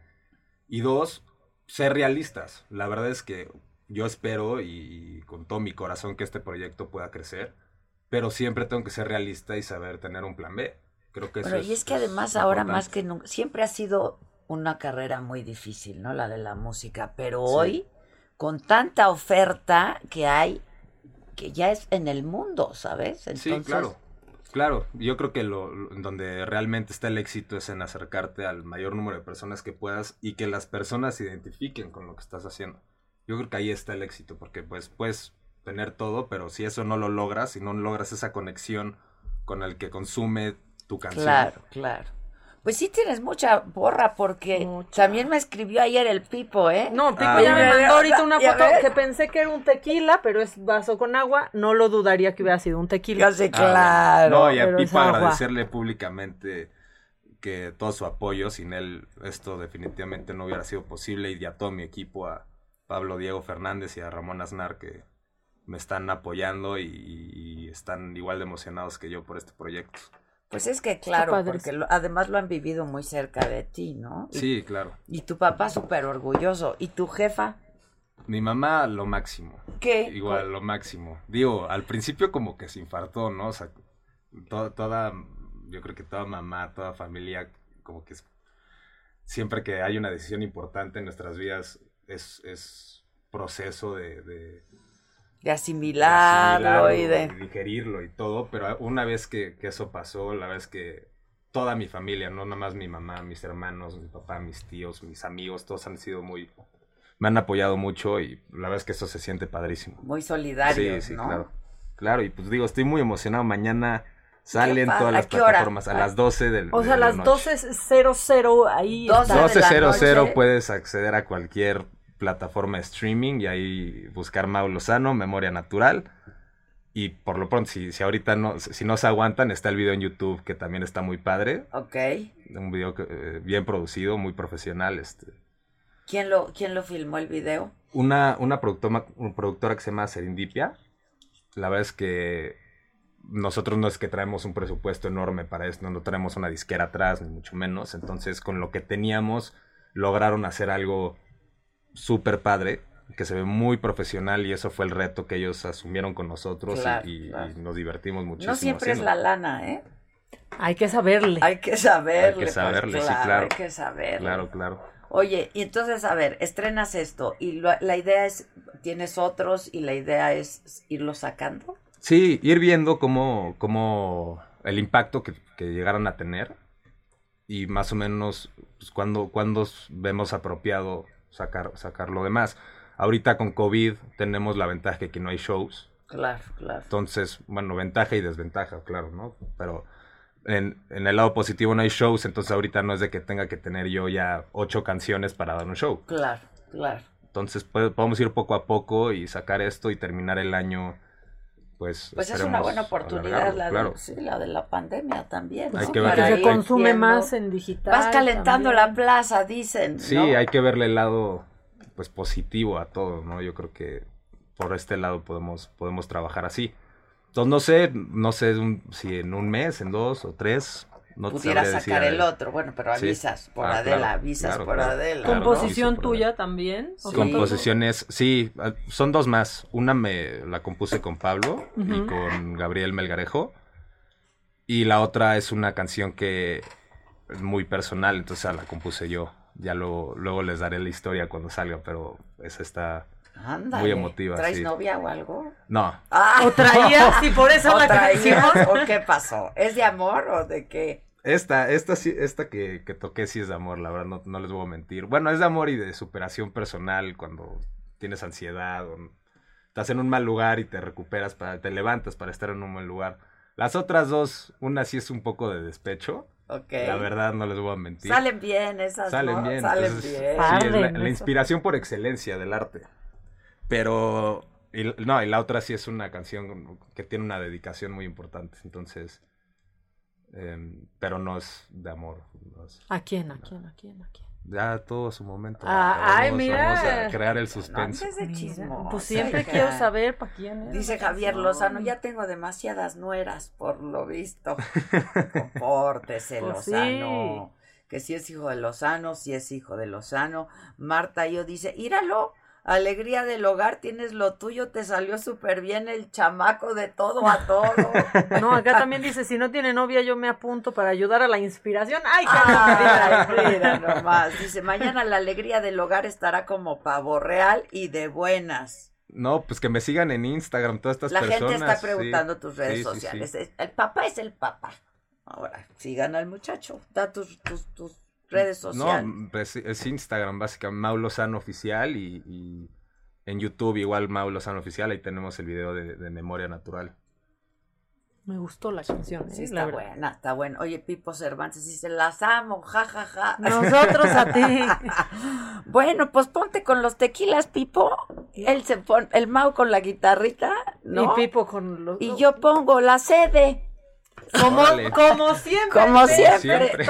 Y dos, ser realistas. La verdad es que yo espero y, y con todo mi corazón que este proyecto pueda crecer. Pero siempre tengo que ser realista y saber tener un plan B. Creo que eso Pero es, y es que es además ahora importante. más que nunca, siempre ha sido una carrera muy difícil, ¿no? La de la música, pero Sí. hoy, con tanta oferta que hay, que ya es en el mundo, ¿sabes? Entonces, Sí, claro. Claro, yo creo que lo, lo- donde realmente está el éxito es en acercarte al mayor número de personas que puedas y que las personas se identifiquen con lo que estás haciendo. Yo creo que ahí está el éxito, porque pues puedes tener todo, pero si eso no lo logras, si no logras esa conexión con el que consume tu canción. Claro, claro. Pues sí tienes mucha borra, porque también me escribió ayer el Pipo, ¿eh? No, Pipo Ah, ya me ya. mandó ahorita una Ya foto ves. que pensé que era un tequila, pero es vaso con agua. No lo dudaría que hubiera sido un tequila. Yo sé, Ah, claro. No, y a pero es Pipo agua. agradecerle públicamente que todo su apoyo, sin él esto definitivamente no hubiera sido posible, y a todo mi equipo, a Pablo Diego Fernández y a Ramón Aznar, que me están apoyando y, y están igual de emocionados que yo por este proyecto. Pues es que claro, padre. porque lo- además lo han vivido muy cerca de ti, ¿no? Y, Sí, claro. y tu papá súper orgulloso. ¿Y tu jefa? Mi mamá lo máximo. ¿Qué? Igual, lo máximo. Digo, al principio como que se infartó, ¿no? O sea, to- toda, yo creo que toda mamá, toda familia, como que es- siempre que hay una decisión importante en nuestras vidas, es, es proceso de, de, De asimilarlo, asimilarlo y de... y digerirlo y todo, pero una vez que, que eso pasó, la verdad es que toda mi familia, no nada más mi mamá, mis hermanos, mi papá, mis tíos, mis amigos, todos han sido muy... Me han apoyado mucho y la verdad es que eso se siente padrísimo. Muy solidarios, Sí, sí, ¿no? claro. claro, y pues digo, estoy muy emocionado. Mañana salen todas las ¿A qué hora? plataformas a las doce del O sea, a de la las noche. doce cero cero ahí. doce cero cero puedes acceder a cualquier plataforma de streaming y ahí buscar Mau Lozano, Memoria Natural. Y por lo pronto, si, si ahorita no, si no se aguantan, está el video en YouTube que también está muy padre. Ok. Un video que, eh, bien producido, muy profesional. Este. ¿Quién lo, quién lo filmó el video? Una, una, productora, una productora que se llama Serendipia. La verdad es que nosotros no es que traemos un presupuesto enorme para esto, no traemos una disquera atrás, ni mucho menos. Entonces, con lo que teníamos, lograron hacer algo súper padre, que se ve muy profesional, y eso fue el reto que ellos asumieron con nosotros. Claro, y, y, claro. y nos divertimos muchísimo. No siempre haciendo. Es la lana, ¿eh? Hay que saberle. Hay que saberle. Hay que saberle, pues, sí, claro, claro. Hay que saberle. Claro, claro. Oye, y entonces, a ver, estrenas esto, y lo, la idea es, ¿tienes otros y la idea es irlos sacando? Sí, ir viendo cómo, cómo el impacto que, que llegaran a tener, y más o menos pues, cuando, cuando vemos apropiado sacar, sacar lo demás. Ahorita con COVID tenemos la ventaja de que no hay shows. Claro, claro. Entonces, bueno, ventaja y desventaja, claro, ¿no? Pero en, en el lado positivo no hay shows, entonces ahorita no es de que tenga que tener yo ya ocho canciones para dar un show. Claro, claro. Entonces podemos ir poco a poco y sacar esto y terminar el año, pues... Pues es una buena oportunidad la de, claro. sí, la de la pandemia también, ¿no? Hay que ver que se consume viendo. Más en digital. Vas calentando también. La plaza, dicen, Sí, ¿no? hay que verle el lado... pues positivo a todo, ¿no? Yo creo que por este lado podemos, podemos trabajar así. Entonces no sé, no sé un, si en un mes, en dos o tres, no pudiera te sacar el otro, bueno, pero avisas sí. por ah, Adela, claro, avisas claro, por claro, Adela. Claro, ¿Composición ¿no? tuya también? Sí. Composiciones, sí, son dos más. Una me la compuse con Pablo uh-huh. y con Gabriel Melgarejo, y la otra es una canción que es muy personal, entonces la compuse yo. Ya lo, luego les daré la historia cuando salga, pero esa está Ándale. Muy emotiva. ¿Traes sí. novia o algo? No. Ah, ¿O traías? ¿Y por eso ¿O la canción? ¿O qué pasó? ¿Es de amor o de qué? Esta, esta sí, esta que, que toqué sí es de amor, la verdad, no, no les voy a mentir. Bueno, es de amor y de superación personal cuando tienes ansiedad o estás en un mal lugar y te recuperas, para, te levantas para estar en un buen lugar. Las otras dos, una sí es un poco de despecho. Okay. La verdad, no les voy a mentir. Salen bien esas, Salen ¿no? bien. Salen Entonces, bien. Sí, es la, la inspiración por excelencia del arte. Pero, y, no, y la otra sí es una canción que tiene una dedicación muy importante. Entonces, eh, pero no es de amor. No es, ¿A quién, a quién, a quién, a quién? Ya todo a su momento. Ah, vamos, ay, mira. Vamos a crear el suspenso. No, de chismo. Pues siempre quiero canción. saber para quién es. Dice Javier Lozano, ya tengo demasiadas nueras, por lo visto. Compórtese, pues Lozano. Sí. Que si es hijo de Lozano, si es hijo de Lozano. Marta yo dice, íralo, alegría del hogar, tienes lo tuyo, te salió súper bien el chamaco de todo a todo. No, acá también dice, si no tiene novia yo me apunto para ayudar a la inspiración. ¡Ay, qué mira, mira nomás! Dice, mañana la alegría del hogar estará como pavo real y de buenas. No, pues que me sigan en Instagram todas estas la personas. La gente está preguntando sí, tus redes sí, sociales. Sí, sí. El papá es el papá. Ahora, sigan al muchacho, da tus, tus, tus redes sociales. No, pues es Instagram, básicamente, Mau Lozano Oficial, y, y en YouTube igual Mau Lozano Oficial, ahí tenemos el video de, de Memoria Natural. Me gustó la canción. Sí, ¿eh? está la buena, verdad. Está buena. Oye, Pipo Cervantes dice, las amo, jajaja. Ja, ja. Nosotros a ti. Bueno, pues ponte con los tequilas, Pipo. Él se pone, el Mau con la guitarrita, ¿no? Y Pipo con los... Y yo pongo la sede. Como, como siempre. Como siempre. siempre.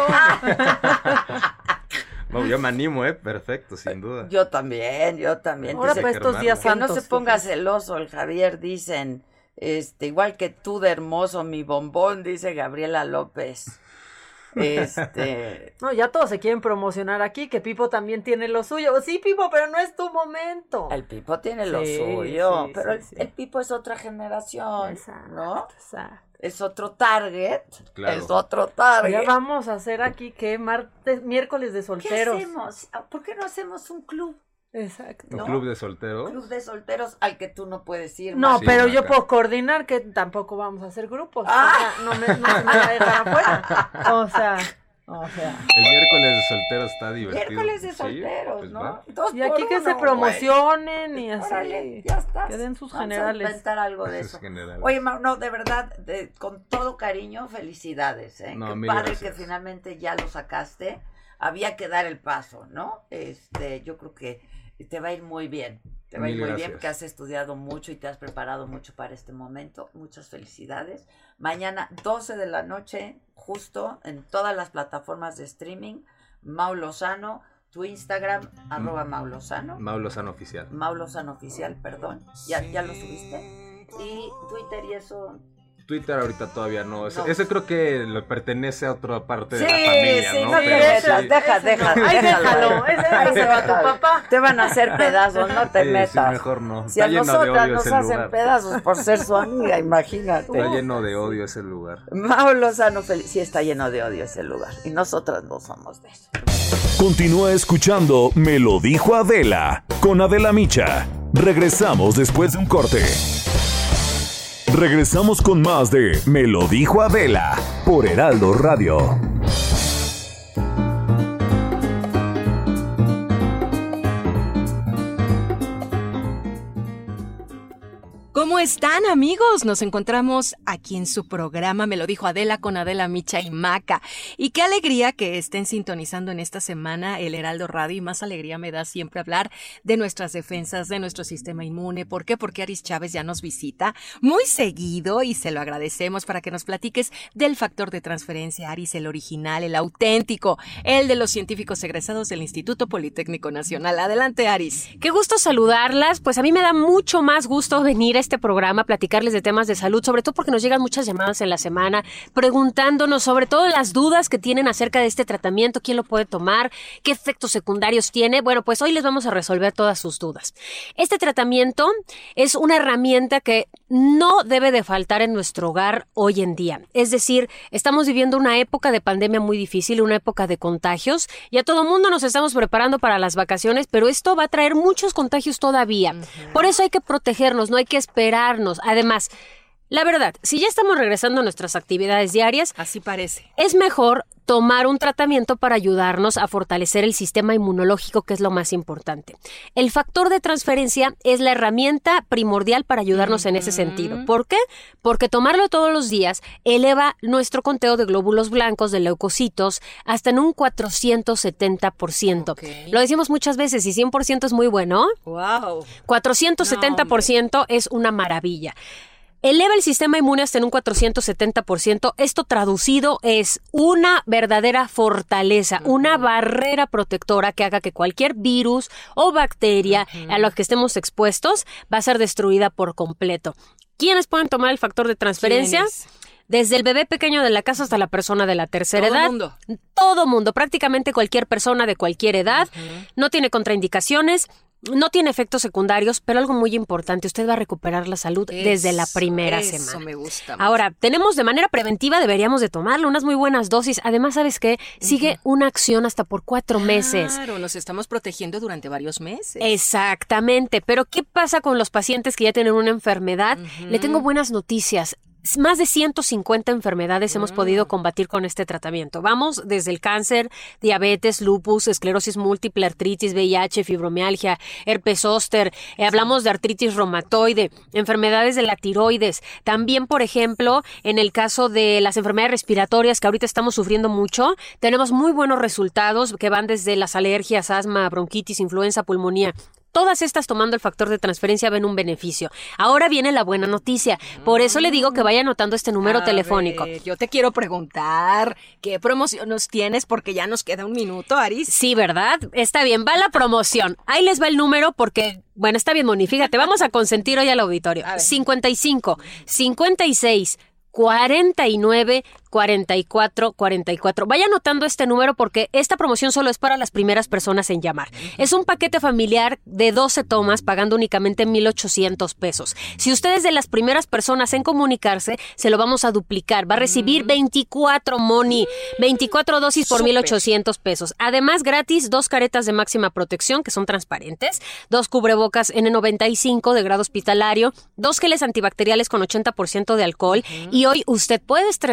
No, yo me animo, ¿eh? Perfecto, sin duda. Yo también, yo también. Ahora para estos días santos. Que no se ponga celoso el Javier, dicen. Este, igual que tú de hermoso, mi bombón, dice Gabriela López. Este. No, ya todos se quieren promocionar aquí, que Pipo también tiene lo suyo. Sí, Pipo, pero no es tu momento. El Pipo tiene lo sí, suyo, sí, pero sí, el, sí. el Pipo es otra generación, exacto, ¿no? Exacto. Es otro target, claro. es otro target. Ya vamos a hacer aquí que martes, miércoles de solteros. ¿Qué hacemos? ¿Por qué no hacemos un club? Exacto. ¿Un ¿no? club de solteros? Club de solteros al que tú no puedes ir. No, sí, pero acá. yo puedo coordinar que tampoco vamos a hacer grupos. Ah. O sea, no me, no se me va a dejar afuera. O sea, O sea. El miércoles de solteros está divertido. Miércoles de solteros, sí, pues ¿no? Va. Dos y aquí por que uno, se promocionen güey. y así. Órale, ya está. Que den sus Vamos generales. a inventar algo de eso. Oye, no, de verdad, de, con todo cariño, felicidades, ¿eh? No, Qué mil padre gracias. que finalmente ya lo sacaste. Había que dar el paso, ¿no? Este, yo creo que te va a ir muy bien. Te va a ir Mil muy gracias. bien porque has estudiado mucho y te has preparado mucho para este momento. Muchas felicidades. Mañana, doce de la noche, justo en todas las plataformas de streaming, Mau Lozano, tu Instagram, arroba Mau Lozano. Mau Lozano Oficial. Mau Lozano Oficial, perdón. ¿Ya, ya lo subiste? Y Twitter y eso. Twitter ahorita todavía no. Ese, No. ese creo que le pertenece a otra parte Sí, de la familia, sí, ¿no? no te Pero metas, sí. deja, deja, Ahí déjalo. déjalo, ese déjalo a tu papá. Te van a hacer pedazos, no te Sí, sí, metas. mejor no. Si Está a lleno de nosotras odio nos ese hacen lugar. pedazos por ser su amiga, imagínate. Está lleno de odio ese lugar. Mau Lozano, fel- sí está lleno de odio ese lugar. Y nosotras no somos de eso. Continúa escuchando Me lo dijo Adela con Adela Micha. Regresamos después de un corte. Regresamos con más de Me lo dijo Adela por Heraldo Radio. ¿Cómo están, amigos? Nos encontramos aquí en su programa Me lo dijo Adela con Adela Micha y Maca. Y qué alegría que estén sintonizando en esta semana el Heraldo Radio, y más alegría me da siempre hablar de nuestras defensas, de nuestro sistema inmune. ¿Por qué? Porque Aris Chávez ya nos visita muy seguido y se lo agradecemos para que nos platiques del factor de transferencia. Aris, el original, el auténtico, el de los científicos egresados del Instituto Politécnico Nacional. Adelante, Aris. Qué gusto saludarlas, pues a mí me da mucho más gusto venir a este programa, platicarles de temas de salud, sobre todo porque nos llegan muchas llamadas en la semana preguntándonos sobre todo las dudas que tienen acerca de este tratamiento, quién lo puede tomar, qué efectos secundarios tiene. Bueno, pues hoy les vamos a resolver todas sus dudas. Este tratamiento es una herramienta que no debe de faltar en nuestro hogar hoy en día. Es decir, estamos viviendo una época de pandemia muy difícil, una época de contagios, y a todo mundo nos estamos preparando para las vacaciones, pero esto va a traer muchos contagios todavía. Uh-huh. Por eso hay que protegernos, no hay que esperarnos. Además, la verdad, si ya estamos regresando a nuestras actividades diarias, así parece, es mejor tomar un tratamiento para ayudarnos a fortalecer el sistema inmunológico, que es lo más importante. El factor de transferencia es la herramienta primordial para ayudarnos uh-huh. en ese sentido. ¿Por qué? Porque tomarlo todos los días eleva nuestro conteo de glóbulos blancos, de leucocitos, hasta en un cuatrocientos setenta por ciento. Okay. Lo decimos muchas veces, y cien por ciento es muy bueno. ¡Wow! cuatrocientos setenta por ciento no, es una maravilla. Eleva el sistema inmune hasta en un cuatrocientos setenta por ciento. Esto traducido es una verdadera fortaleza, uh-huh. una barrera protectora que haga que cualquier virus o bacteria uh-huh. a los que estemos expuestos va a ser destruida por completo. ¿Quiénes pueden tomar el factor de transferencia? Desde el bebé pequeño de la casa hasta la persona de la tercera Todo edad. Mundo. Todo mundo, prácticamente cualquier persona de cualquier edad. Uh-huh. No tiene contraindicaciones. No tiene efectos secundarios, pero algo muy importante, usted va a recuperar la salud eso, desde la primera eso semana. Eso me gusta mucho. Ahora, tenemos de manera preventiva, deberíamos de tomarlo, unas muy buenas dosis. Además, ¿sabes qué? Sigue uh-huh. una acción hasta por cuatro claro, meses. Claro, nos estamos protegiendo durante varios meses. Exactamente, pero ¿qué pasa con los pacientes que ya tienen una enfermedad? Uh-huh. Le tengo buenas noticias. Más de ciento cincuenta enfermedades mm. hemos podido combatir con este tratamiento. Vamos desde el cáncer, diabetes, lupus, esclerosis múltiple, artritis, V I H, fibromialgia, herpes zóster. Eh, hablamos de artritis reumatoide, enfermedades de la tiroides. También, por ejemplo, en el caso de las enfermedades respiratorias que ahorita estamos sufriendo mucho, tenemos muy buenos resultados que van desde las alergias, asma, bronquitis, influenza, pulmonía. Todas estas tomando el factor de transferencia ven un beneficio. Ahora viene la buena noticia. Por eso le digo que vaya anotando este número a telefónico. Ver, yo te quiero preguntar, ¿qué promoción nos tienes? Porque ya nos queda un minuto, Aris. Sí, ¿verdad? Está bien, va la promoción. Ahí les va el número porque, bueno, está bien, Moni. Fíjate, vamos a consentir hoy al auditorio. cincuenta y cinco, cincuenta y seis, cuarenta y nueve, cuarenta y cuatro, cuarenta y cuatro. Vaya anotando este número porque esta promoción solo es para las primeras personas en llamar. Es un paquete familiar de doce tomas pagando únicamente mil ochocientos pesos. Si usted es de las primeras personas en comunicarse, se lo vamos a duplicar. Va a recibir veinticuatro, Moni, veinticuatro dosis por mil ochocientos pesos. Además, gratis, dos caretas de máxima protección que son transparentes, dos cubrebocas N noventa y cinco de grado hospitalario, dos geles antibacteriales con ochenta por ciento de alcohol. Uh-huh. Y hoy usted puede estrenar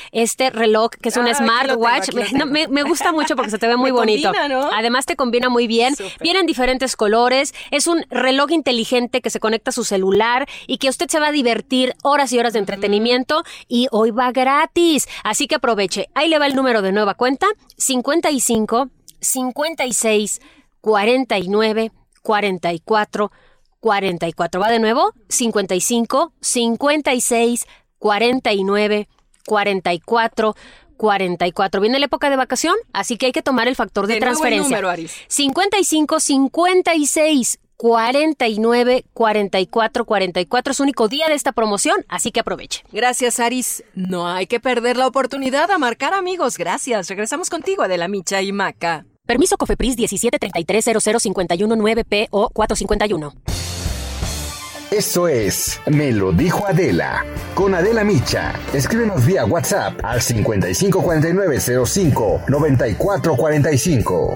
este reloj que es un Ah, smartwatch. aquí lo tengo, aquí lo No, me, me gusta mucho porque se te ve muy Me bonito. combina, ¿no? Además te combina muy bien. Súper. Vienen diferentes colores. Es un reloj inteligente que se conecta a su celular y que usted se va a divertir horas y horas de entretenimiento y hoy va gratis. Así que aproveche. Ahí le va el número de nueva cuenta. cincuenta y cinco, cincuenta y seis, cuarenta y nueve, cuarenta y cuatro, cuarenta y cuatro. Va de nuevo. cincuenta y cinco, cincuenta y seis, cuarenta y nueve, cuarenta y cuatro, cuarenta y cuatro. Viene la época de vacación, así que hay que tomar el factor de, De nuevo el transferencia. número, Aris. cincuenta y cinco, cincuenta y seis, cuarenta y nueve, cuarenta y cuatro, cuarenta y cuatro. Es único día de esta promoción, así que aproveche. Gracias, Aris. No hay que perder la oportunidad a marcar, amigos. Gracias. Regresamos contigo, Adela Micha y Maca. Permiso Cofepris diecisiete treinta y tres cero cero cincuenta y uno nueve P O cuatrocientos cincuenta y uno. Esto es Me lo dijo Adela. Con Adela Micha. Escríbenos vía WhatsApp al cincuenta y cinco cuarenta y nueve cero cinco noventa y cuatro cuarenta y cinco.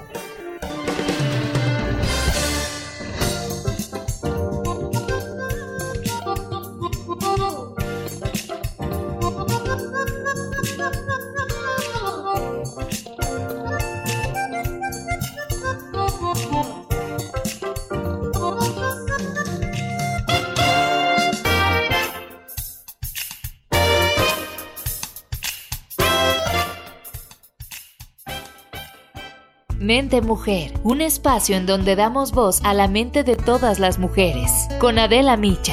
Mente Mujer, un espacio en donde damos voz a la mente de todas las mujeres, con Adela Micha.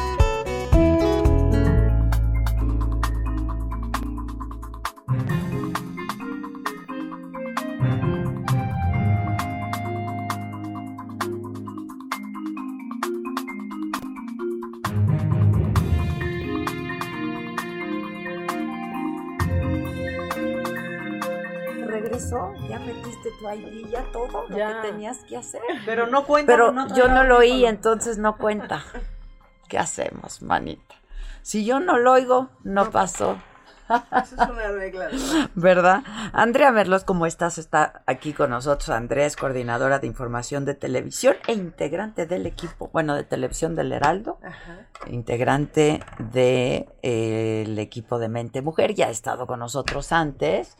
Regresó, ya metiste tu I D, ya todo lo Ya. que tenías que hacer. Pero no cuenta. Pero no yo no lo oí, oí. entonces no cuenta. ¿Qué hacemos, manita? Si yo no lo oigo, no pasó. Eso es una regla. ¿Verdad? Andrea Merlos, ¿cómo estás? Está aquí con nosotros. Andrea es coordinadora de información de televisión e integrante del equipo, bueno, de televisión del Heraldo, Ajá. integrante del equipo de Mente Mujer. Ya ha estado con nosotros antes.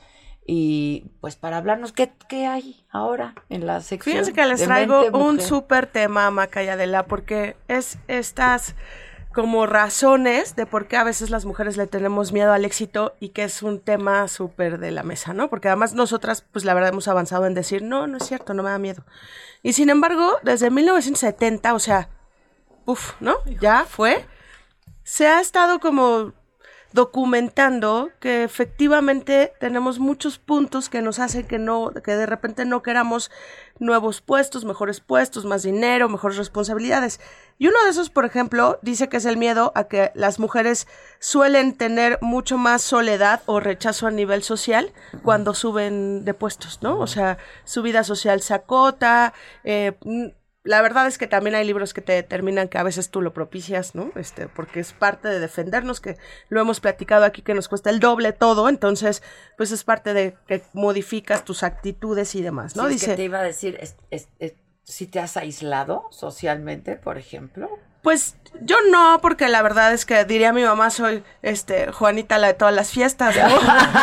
Y pues para hablarnos, ¿qué, qué hay ahora en la sección? Fíjense que les de traigo Mente un Mujer? súper tema, Maca y Adela, porque es estas como razones de por qué a veces las mujeres le tenemos miedo al éxito y que es un tema súper de la mesa, ¿no? Porque además nosotras, pues la verdad hemos avanzado en decir, no, no es cierto, no me da miedo. Y sin embargo, desde mil novecientos setenta, o sea, uff, ¿no? Ya fue, se ha estado como documentando que efectivamente tenemos muchos puntos que nos hacen que no, que de repente no queramos nuevos puestos, mejores puestos, más dinero, mejores responsabilidades. Y uno de esos, por ejemplo, dice que es el miedo a que las mujeres suelen tener mucho más soledad o rechazo a nivel social cuando suben de puestos, ¿no? O sea, su vida social se acota, eh, la verdad es que también hay libros que te determinan que a veces tú lo propicias, ¿no? Este, porque es parte de defendernos, que lo hemos platicado aquí, que nos cuesta el doble todo, entonces, pues es parte de que modificas tus actitudes y demás, ¿no? Sí, es Dice, que te iba a decir, es, es, es, si te has aislado socialmente, por ejemplo. Pues yo no, porque la verdad es que diría mi mamá, soy este Juanita la de todas las fiestas, ¿no?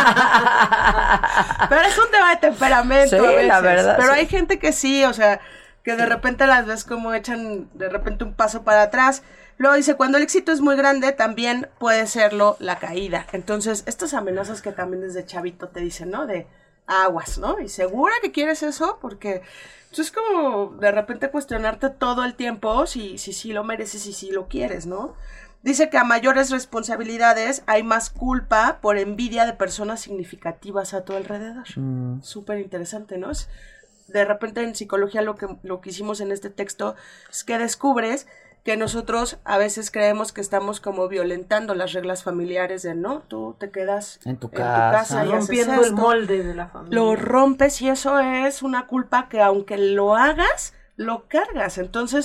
Pero es un tema de temperamento. Sí, a veces. la verdad, Pero sí. hay gente que sí, o sea, que de repente las ves como echan de repente un paso para atrás. Luego dice, cuando el éxito es muy grande, también puede serlo la caída. Entonces, estas amenazas que también desde chavito te dicen, ¿no? De aguas, ¿no? Y segura que quieres eso, porque pues, es como de repente cuestionarte todo el tiempo si sí si, si lo mereces y si lo quieres, ¿no? Dice que a mayores responsabilidades hay más culpa por envidia de personas significativas a tu alrededor. Mm. Súper interesante, ¿no? Es, de repente en psicología lo que, lo que hicimos en este texto es que descubres que nosotros a veces creemos que estamos como violentando las reglas familiares de no, tú te quedas En tu en casa. tu casa y Rompiendo haces el esto. molde de la familia. Lo rompes y eso es una culpa que aunque lo hagas, lo cargas. Entonces,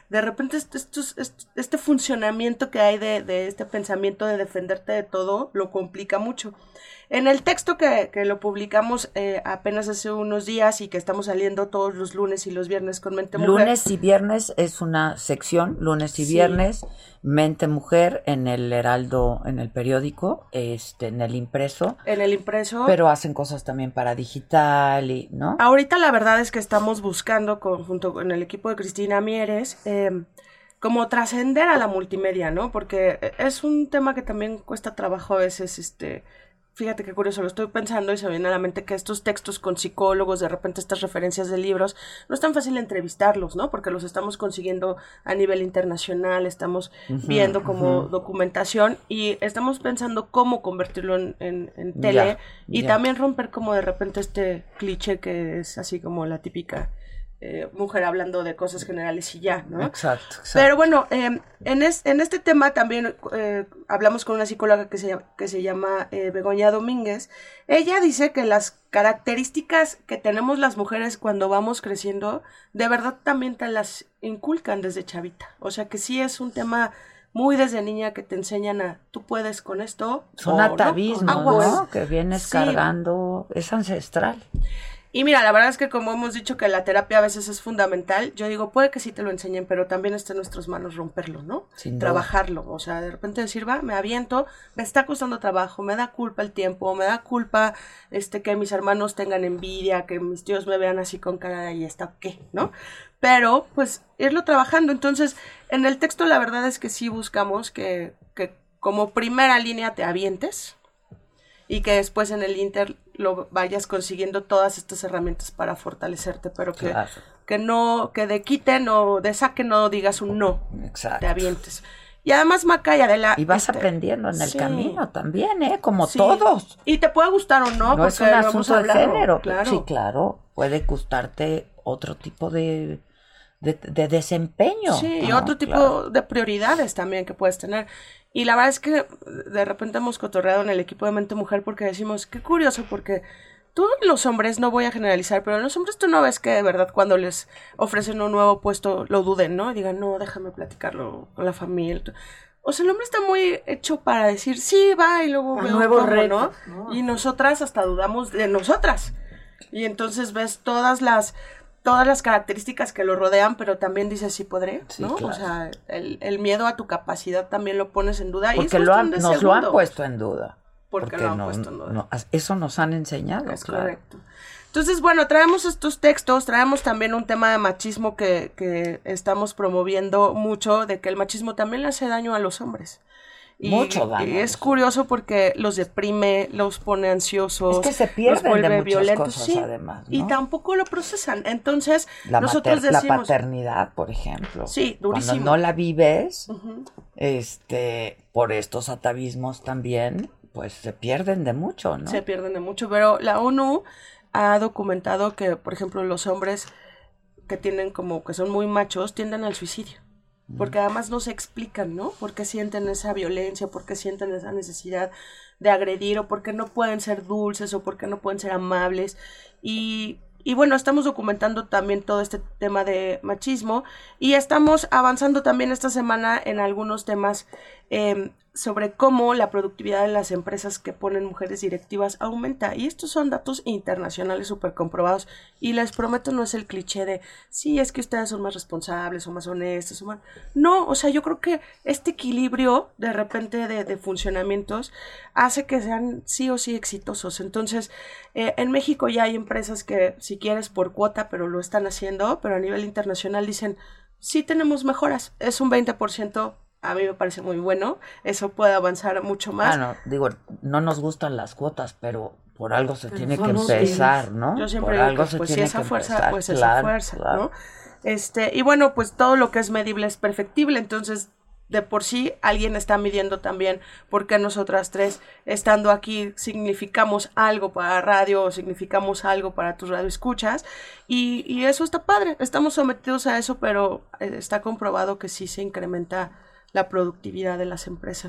de repente este, estos, este, este funcionamiento que hay de, de este pensamiento de defenderte de todo lo complica mucho. En el texto que, que lo publicamos eh, apenas hace unos días y que estamos saliendo todos los lunes y los viernes con Mente Mujer. Lunes y viernes es una sección, lunes y sí. viernes, Mente Mujer en el Heraldo, en el periódico, este, en el impreso. En el impreso. Pero hacen cosas también para digital y, ¿no? Ahorita la verdad es que estamos buscando, con, junto con el equipo de Cristina Mieres, eh, como trascender a la multimedia, ¿no? Porque es un tema que también cuesta trabajo a veces, este... Fíjate qué curioso, lo estoy pensando y se me viene a la mente que estos textos con psicólogos, de repente estas referencias de libros, no es tan fácil entrevistarlos, ¿no? Porque los estamos consiguiendo a nivel internacional, estamos uh-huh, viendo como uh-huh. documentación y estamos pensando cómo convertirlo en, en, en tele yeah, y yeah. también romper como de repente este cliché que es así como la típica eh, mujer hablando de cosas generales y ya, ¿no? Exacto, exacto. Pero bueno, eh, en, es, en este tema también eh, hablamos con una psicóloga que se, que se llama eh, Begoña Domínguez. Ella dice que las características que tenemos las mujeres cuando vamos creciendo, de verdad también te las inculcan desde chavita. O sea que sí es un tema muy desde niña que te enseñan a, tú puedes con esto. Son atavismos, ¿no? ¿no? Que vienes sí. cargando, es ancestral. Y mira, la verdad es que como hemos dicho que la terapia a veces es fundamental, yo digo, puede que sí te lo enseñen, pero también está en nuestras manos romperlo, ¿no? Sin Trabajarlo, duda. O sea, de repente decir, va, me aviento, me está costando trabajo, me da culpa el tiempo, me da culpa este que mis hermanos tengan envidia, que mis tíos me vean así con cara de ahí está, ¿qué? ¿No? Pero, pues, irlo trabajando. Entonces, en el texto la verdad es que sí buscamos que, que como primera línea te avientes, y que después en el Inter lo vayas consiguiendo todas estas herramientas para fortalecerte, pero que, claro. que no, que de quite no, de saque no digas un no, Exacto. te avientes. Y además, Maca y Adela... Y vas este, aprendiendo en el sí. camino también, ¿eh? Como sí. todos. Y te puede gustar o no, no porque es un asunto de género. Claro. Sí, claro, puede gustarte otro tipo de... De, de desempeño. Sí, ¿no? y otro tipo claro. de prioridades también que puedes tener. Y la verdad es que de repente hemos cotorreado en el equipo de Mente Mujer porque decimos, qué curioso, porque tú los hombres, no voy a generalizar, pero los hombres tú no ves que de verdad cuando les ofrecen un nuevo puesto lo duden, ¿no? Y digan, no, déjame platicarlo con la familia. O sea, el hombre está muy hecho para decir, sí, va, y luego veo nuevo cómo, reto, ¿no? ¿no? Y nosotras hasta dudamos de nosotras. Y entonces ves todas las... todas las características que lo rodean, pero también dices, sí podré, sí, ¿no? Claro. O sea, el, el miedo a tu capacidad también lo pones en duda. Porque y lo han, nos lo han puesto en duda. Porque, porque lo han no, puesto en duda. No, eso nos han enseñado, es claro. correcto. Entonces, bueno, traemos estos textos, traemos también un tema de machismo que, que estamos promoviendo mucho, de que el machismo también le hace daño a los hombres. Y, Mucho daño. Y es curioso porque los deprime, los pone ansiosos. Es que se pierden los vuelve de muchas violentos, cosas, sí, además, ¿no? Y tampoco lo procesan. Entonces, la nosotros mater, decimos... La paternidad, por ejemplo. Sí, durísimo. Cuando no la vives, uh-huh. este, por estos atavismos también, pues se pierden de mucho, ¿no? Se pierden de mucho, pero la ONU ha documentado que, por ejemplo, los hombres que tienen como, que son muy machos, tienden al suicidio. Porque además no se explican, ¿no? ¿Por qué sienten esa violencia? ¿Por qué sienten esa necesidad de agredir? ¿O por qué no pueden ser dulces? ¿O por qué no pueden ser amables? Y, y bueno, estamos documentando también todo este tema de machismo y estamos avanzando también esta semana en algunos temas eh, sobre cómo la productividad de las empresas que ponen mujeres directivas aumenta. Y estos son datos internacionales súper comprobados. Y les prometo, no es el cliché de, sí, es que ustedes son más responsables o más honestos. O más... No, o sea, yo creo que este equilibrio de repente de, de funcionamientos hace que sean sí o sí exitosos. Entonces, eh, en México ya hay empresas que, si quieres, por cuota, pero lo están haciendo, pero a nivel internacional dicen, sí tenemos mejoras, es un veinte por ciento. A mí me parece muy bueno, eso puede avanzar mucho más. Ah, no, digo, no nos gustan las cuotas, pero por algo se pero tiene que empezar, ¿no? Yo siempre por digo algo que, se pues tiene si esa que fuerza, empezar. pues claro, esa fuerza, claro. ¿no? Este, y bueno, pues todo lo que es medible es perfectible, entonces de por sí alguien está midiendo también por qué nosotras tres, estando aquí, significamos algo para radio o significamos algo para tus radioescuchas, y, y eso está padre, estamos sometidos a eso, pero está comprobado que sí se incrementa la productividad de las empresas.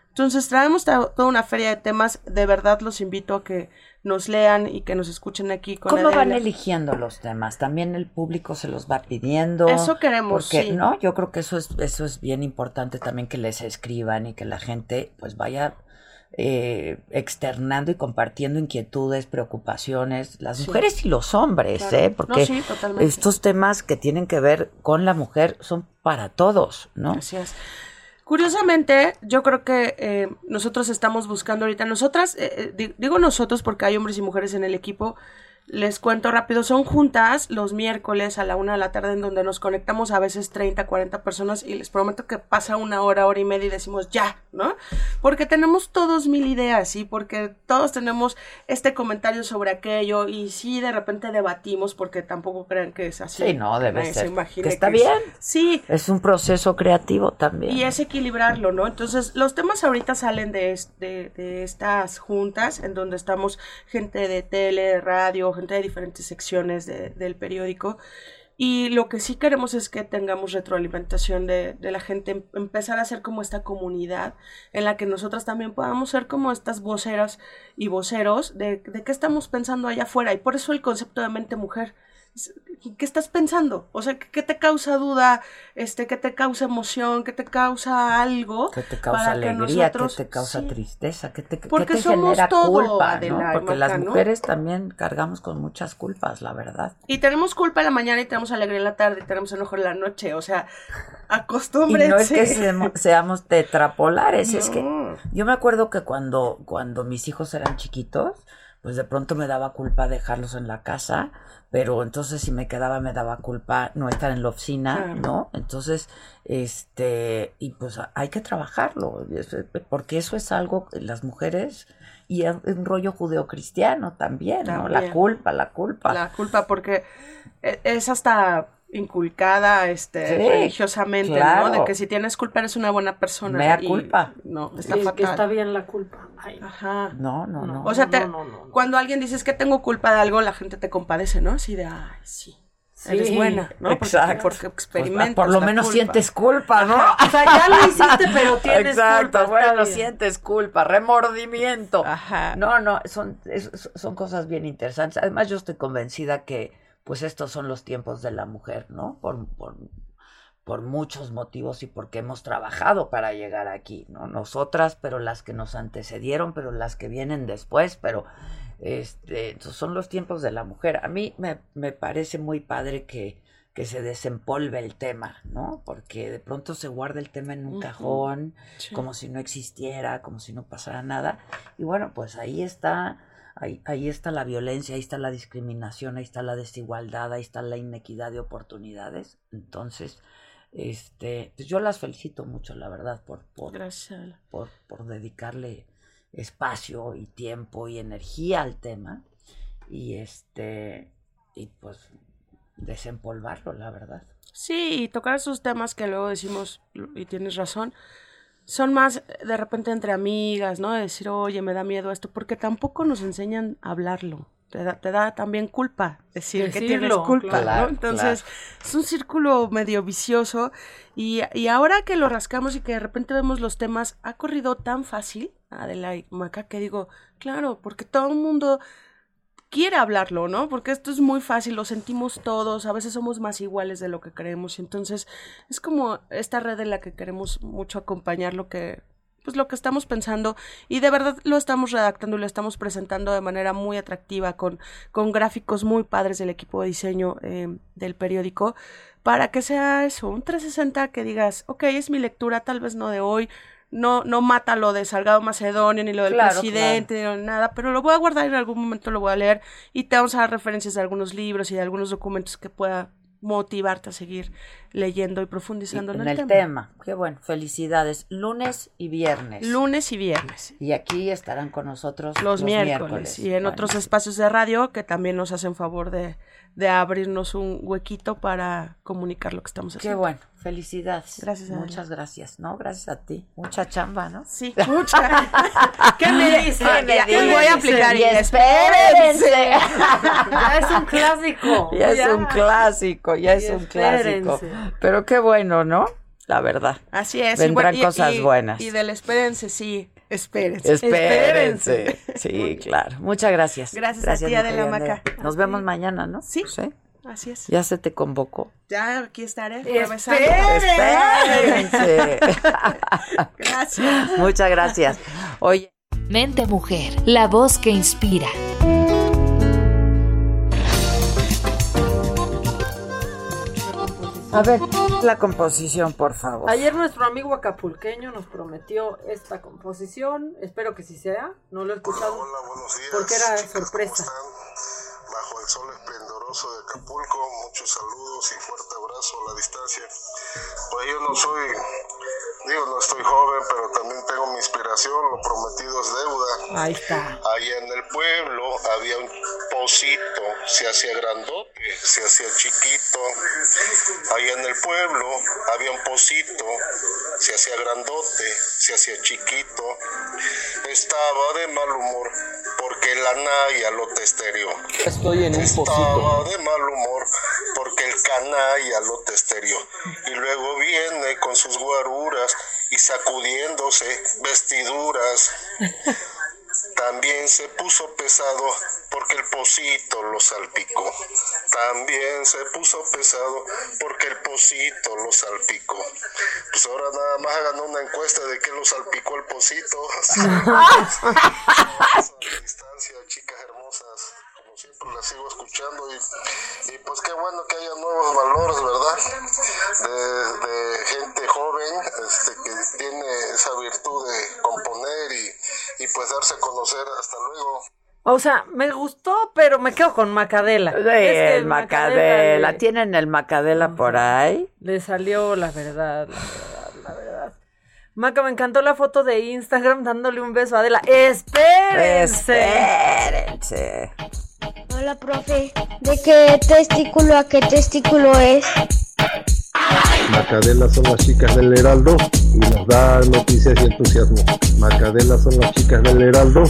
Entonces traemos ta- toda una feria de temas, de verdad los invito a que nos lean y que nos escuchen aquí con ¿Cómo Adela. van eligiendo los temas? ¿También el público se los va pidiendo? Eso queremos, Porque, sí. no, yo creo que eso es, eso es bien importante también, que les escriban y que la gente pues vaya eh, externando y compartiendo inquietudes, preocupaciones, las Sí. mujeres y los hombres, Claro. ¿eh? Porque No, sí, totalmente. estos temas que tienen que ver con la mujer son para todos, ¿no? Así es. Curiosamente, yo creo que eh, nosotros estamos buscando ahorita, nosotras, eh, di- digo nosotros porque hay hombres y mujeres en el equipo, les cuento rápido, son juntas los miércoles a la una de la tarde en donde nos conectamos a veces treinta, cuarenta personas y les prometo que pasa una hora, hora y media y decimos ya, ¿no? Porque tenemos todos mil ideas y porque todos tenemos este comentario sobre aquello y sí de repente debatimos porque tampoco crean que es así. Sí, no, debe Nadie se ser. imagine Que está que es- bien. Sí. Es un proceso creativo también. Y es equilibrarlo, ¿no? Entonces, los temas ahorita salen de, es- de, de estas juntas en donde estamos gente de tele, radio, gente de diferentes secciones de- del periódico. Y lo que sí queremos es que tengamos retroalimentación de, de la gente, em- empezar a hacer como esta comunidad en la que nosotras también podamos ser como estas voceras y voceros de, de qué estamos pensando allá afuera. Y por eso el concepto de mente mujer. ¿Qué estás pensando? O sea, ¿qué te causa duda? Este, ¿qué te causa emoción? ¿Qué te causa algo? ¿Qué te causa para que alegría? nosotros- ¿Qué te causa sí. tristeza? ¿Qué te, qué Porque te somos genera todo, culpa? Adela ¿no? y Porque Maca, las ¿no? mujeres también cargamos con muchas culpas, la verdad. Y tenemos culpa en la mañana y tenemos alegría en la tarde y tenemos enojo en la noche. O sea, Y acostúmbrense. no es que seamos, seamos tetrapolares, es que No. yo me acuerdo que cuando, cuando mis hijos eran chiquitos, pues de pronto me daba culpa dejarlos en la casa, pero entonces si me quedaba me daba culpa no estar en la oficina, Claro. ¿no? Entonces, este, y pues a- hay que trabajarlo, y eso- porque eso es algo que las mujeres, y es un rollo judeocristiano también, ¿no? La También. culpa, la culpa. La culpa, porque e- es hasta inculcada este Sí, religiosamente, claro. ¿no? De que si tienes culpa eres una buena persona. Mea y culpa. No, Sí, está es que fatal. está bien la culpa. Ay, Ajá. No, no, no. O sea, no, te- no, no, no. cuando alguien dice es que tengo culpa de algo, la gente te compadece, ¿no? Así de, ay, sí, eres Sí, buena, ¿no? Porque- exacto. Porque, Pues, experimentas por lo la menos culpa. sientes culpa, ¿no? O sea, ya lo hiciste, pero tienes Exacto, culpa. está bueno, bien. sientes culpa, remordimiento. Ajá. No, no, son, es- son cosas bien interesantes. Además, yo estoy convencida que, pues, estos son los tiempos de la mujer, ¿no? Por, por, por muchos motivos y porque hemos trabajado para llegar aquí, ¿no? Nosotras, pero las que nos antecedieron, pero las que vienen después, pero este, entonces son los tiempos de la mujer. A mí me, me parece muy padre que, que se desempolve el tema, ¿no? Porque de pronto se guarda el tema en un Ujú. cajón, Sí. como si no existiera, como si no pasara nada. Y bueno, pues ahí está, ahí, ahí está la violencia, ahí está la discriminación, ahí está la desigualdad, ahí está la inequidad de oportunidades. Entonces, este, pues yo las felicito mucho, la verdad, por, por, Gracias, Adela. por, por dedicarle espacio y tiempo y energía al tema. Y este, y pues desempolvarlo, la verdad. Sí, y tocar esos temas que luego decimos, y tienes razón, son más de repente entre amigas, ¿no? De decir, oye, me da miedo esto, porque tampoco nos enseñan a hablarlo. Te da, te da también culpa decir que tienes Decirlo, culpa, claro. ¿no? Entonces, es un círculo medio vicioso. Y, y ahora que lo rascamos y que de repente vemos los temas, ha corrido tan fácil, Adela y Maca, que digo, claro, porque todo el mundo quiere hablarlo, ¿no? Porque esto es muy fácil, lo sentimos todos, a veces somos más iguales de lo que creemos, y entonces es como esta red en la que queremos mucho acompañar lo que, pues lo que estamos pensando, y de verdad lo estamos redactando y lo estamos presentando de manera muy atractiva, con, con gráficos muy padres del equipo de diseño eh, del periódico, para que sea eso, un trescientos sesenta que digas, ok, es mi lectura, tal vez no de hoy, no, no mata lo de Salgado Macedonio, ni lo del Claro, presidente, ni lo de nada, pero lo voy a guardar y en algún momento lo voy a leer, y te vamos a dar referencias de algunos libros y de algunos documentos que pueda motivarte a seguir leyendo y profundizando en, en el, el tema. tema. Qué bueno, felicidades. Lunes y viernes. Lunes y viernes. Y aquí estarán con nosotros Los, los, miércoles, y en Bueno, otros espacios de radio que también nos hacen favor de, de abrirnos un huequito para comunicar lo que estamos Qué haciendo. bueno, felicidades. Gracias, Adela. Muchas gracias, ¿no? Gracias a ti. Mucha chamba, ¿no? Sí, mucha. ¿Qué me dice? ¿Qué me Ya- dice? voy a aplicar Y y espérense. Ya es un clásico. Ya es Ya. un clásico, ya Y es un clásico. espérense. Pero qué bueno, ¿no? la verdad. Así es. Vendrán y, y, cosas y, buenas. Y del espérense, sí. Espérense. Espérense. Espérense. Sí, claro. Muchas gracias. Gracias, gracias a ti, Adela Maca. Maca. Nos vemos mañana, ¿no? Sí. Sí. Así es. Ya se te convocó. Ya aquí estaré. Espérense. Gracias. Muchas gracias. Oye. Mente Mujer, la voz que inspira. A ver, la composición, por favor. Ayer nuestro amigo acapulqueño nos prometió esta composición. Espero que sí sea. No lo he escuchado. Hola, hola, buenos días. Porque era chicas, sorpresa. ¿cómo están? Bajo el sol esplendoroso de Acapulco, muchos saludos y fuerte abrazo a la distancia. Pues yo no soy, digo, no estoy joven, pero también tengo mi inspiración, lo prometido es deuda. Ahí está. Allá en el pueblo había un pocito, se hacía grandote, se hacía chiquito. Allá en el pueblo había un pocito, se hacía grandote, se hacía chiquito. Estaba de mal humor porque la naya lo testerió. Estoy en un pocito. Estaba de mal humor porque el canalla lo testerió. Y luego viene con sus guaruras y sacudiéndose vestiduras. También se puso pesado porque el pocito lo salpicó. También se puso pesado porque el pocito lo salpicó. Pues ahora nada más hagan una encuesta de qué lo salpicó el pocito. A distancia, chicas hermosas. Como siempre las sigo escuchando y, y pues qué bueno que haya nuevos valores, ¿verdad? De, de gente joven este, que tiene esa virtud de componer y, y pues darse a conocer. Hasta luego. O sea, me gustó, pero me quedo con Macadela. Sí, Es que el Macadela. le- ¿Tienen el Macadela por ahí? Le salió la verdad, la verdad, la verdad. Maca, me encantó la foto de Instagram dándole un beso a Adela. ¡Espérense! Espérense. Hola, profe. ¿De qué testículo a qué testículo es? Macadela son las chicas del Heraldo y nos da noticias y entusiasmo. Macadela son las chicas del Heraldo.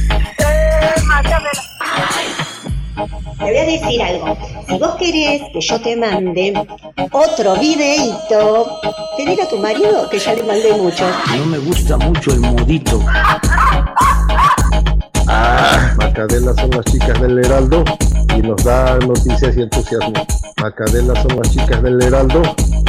Te voy a decir algo. Si vos querés que yo te mande otro videíto, pedile a tu marido que ya le mandé mucho. No me gusta mucho el modito. Ah, Macadela son las chicas del Heraldo y nos da noticias y entusiasmo. Macadela son las chicas del Heraldo.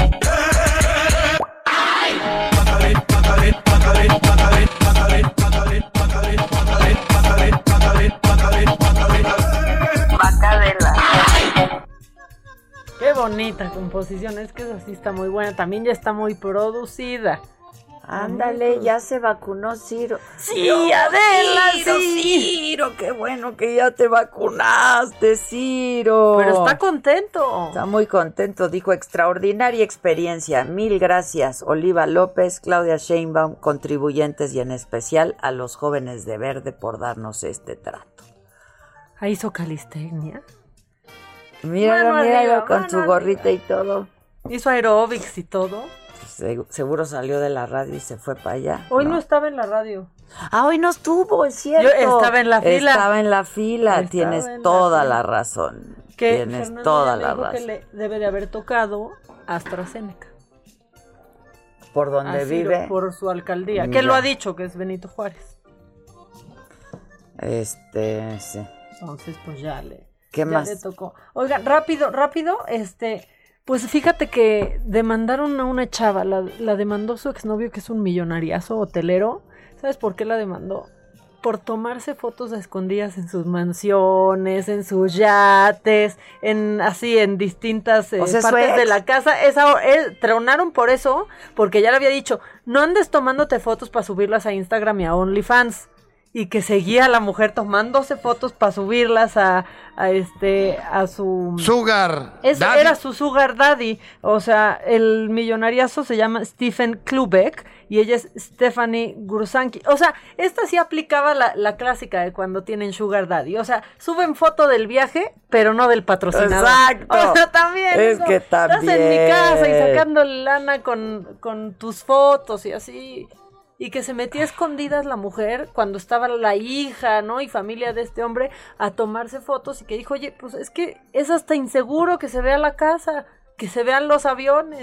Qué bonita composición, es que esa sí está muy buena. También ya está muy producida. Ándale, ya se vacunó Ciro. Sí, Adela, Ciro, sí. Ciro, qué bueno que ya te vacunaste, Ciro. Pero está contento. Está muy contento, dijo, extraordinaria experiencia. Mil gracias, Oliva López, Claudia Sheinbaum, contribuyentes y en especial a los jóvenes de verde por darnos este trato. Ahí hizo calistenia. Míralo, Mano míralo, arriba, con mano su gorrita y todo. Hizo aeróbics y todo. Se- seguro salió de la radio y se fue para allá. Hoy no, estaba en la radio. Ah, hoy no estuvo, es cierto. Yo estaba en la fila. Estaba en la fila, Estaba tienes en la toda fila. la razón. Que Tienes Fernando toda ya le la dijo razón. que le debe de haber tocado AstraZeneca. Por donde A Ciro, vive. por su alcaldía. Mira. Que lo ha dicho, que es Benito Juárez. Este, sí. Entonces, pues ya le, ¿Qué ya más? le tocó. Oigan, rápido, rápido, este, pues fíjate que demandaron a una chava, la, la demandó su exnovio, que es un millonariazo hotelero. ¿Sabes por qué la demandó? Por tomarse fotos a escondidas en sus mansiones, en sus yates, en así en distintas eh, O sea, su partes ex. de la casa. Esa, eh, tronaron por eso, porque ya le había dicho, no andes tomándote fotos para subirlas a Instagram y a OnlyFans. Y que seguía la mujer tomándose fotos para subirlas a, a este a su Sugar Eso Daddy. era su sugar daddy. O sea, el millonariazo se llama Stephen Klubeck y ella es Stephanie Grusanki. O sea, esta sí aplicaba la, la clásica de cuando tienen sugar daddy. O sea, suben foto del viaje, pero no del patrocinador. Exacto. O sea, también. Es eso. que Estás en mi también. casa y sacando lana con, con tus fotos y así. Y que se metía a escondidas la mujer cuando estaba la hija, ¿no? Y familia de este hombre a tomarse fotos y que dijo, oye, pues es que es hasta inseguro que se vea la casa, que se vean los aviones.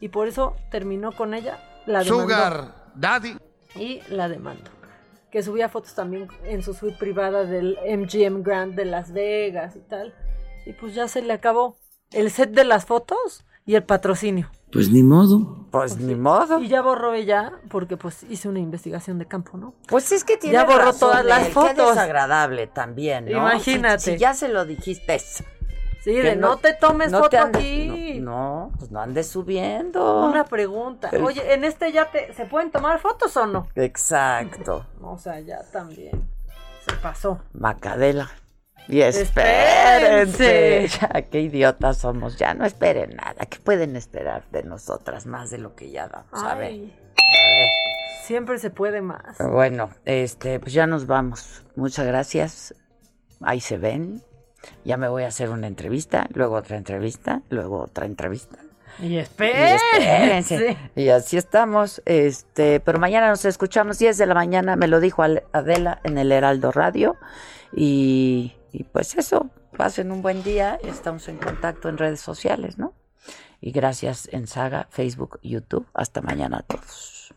y por eso terminó con ella, la demandó. Sugar Daddy. Y la demandó. Que subía fotos también en su suite privada del M G M Grand de Las Vegas y tal. Y pues ya se le acabó el set de las fotos y el patrocinio. Pues ni modo. Pues ni modo. Y ya borró ella, porque pues hice una investigación de campo, ¿no? Pues es que tiene ya borró razón todas las él. fotos. Qué desagradable también, ¿no? Imagínate. Si, si ya se lo dijiste. Sí, de no, no te tomes no foto te andes, aquí. No, no, pues no andes subiendo. Una pregunta. El... Oye, ¿en este ya te, se pueden tomar fotos o no? Exacto. O sea, ya también se pasó. Macadela. Y espérense. Ya, qué idiotas somos. Ya no esperen nada. ¿Qué pueden esperar de nosotras más de lo que ya damos? A ver. A ver. Siempre se puede más. Bueno, este, pues ya nos vamos. Muchas gracias. Ahí se ven. Ya me voy a hacer una entrevista, luego otra entrevista, luego otra entrevista. Y espérense. Y espérense. Y así estamos. Este, pero mañana nos escuchamos diez de la mañana, me lo dijo Adela en el Heraldo Radio. Y, y pues eso, pasen un buen día. Estamos en contacto en redes sociales, ¿no? Y gracias en Saga, Facebook, YouTube. Hasta mañana a todos.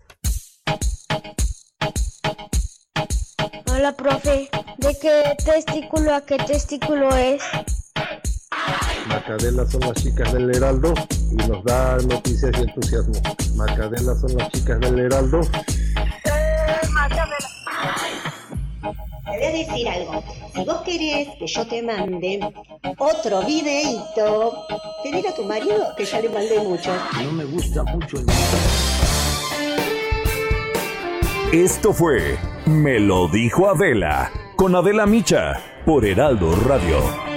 Hola, profe. ¿De qué testículo a qué testículo es? Macadela son las chicas del Heraldo y nos da noticias y entusiasmo. Macadela son las chicas del Heraldo. Eh, Macadela. Te voy a decir algo. Si vos querés que yo te mande otro videíto, pedile a tu marido que ya le mandé mucho. No me gusta mucho el... Esto fue Me lo dijo Adela, con Adela Micha, por Heraldo Radio.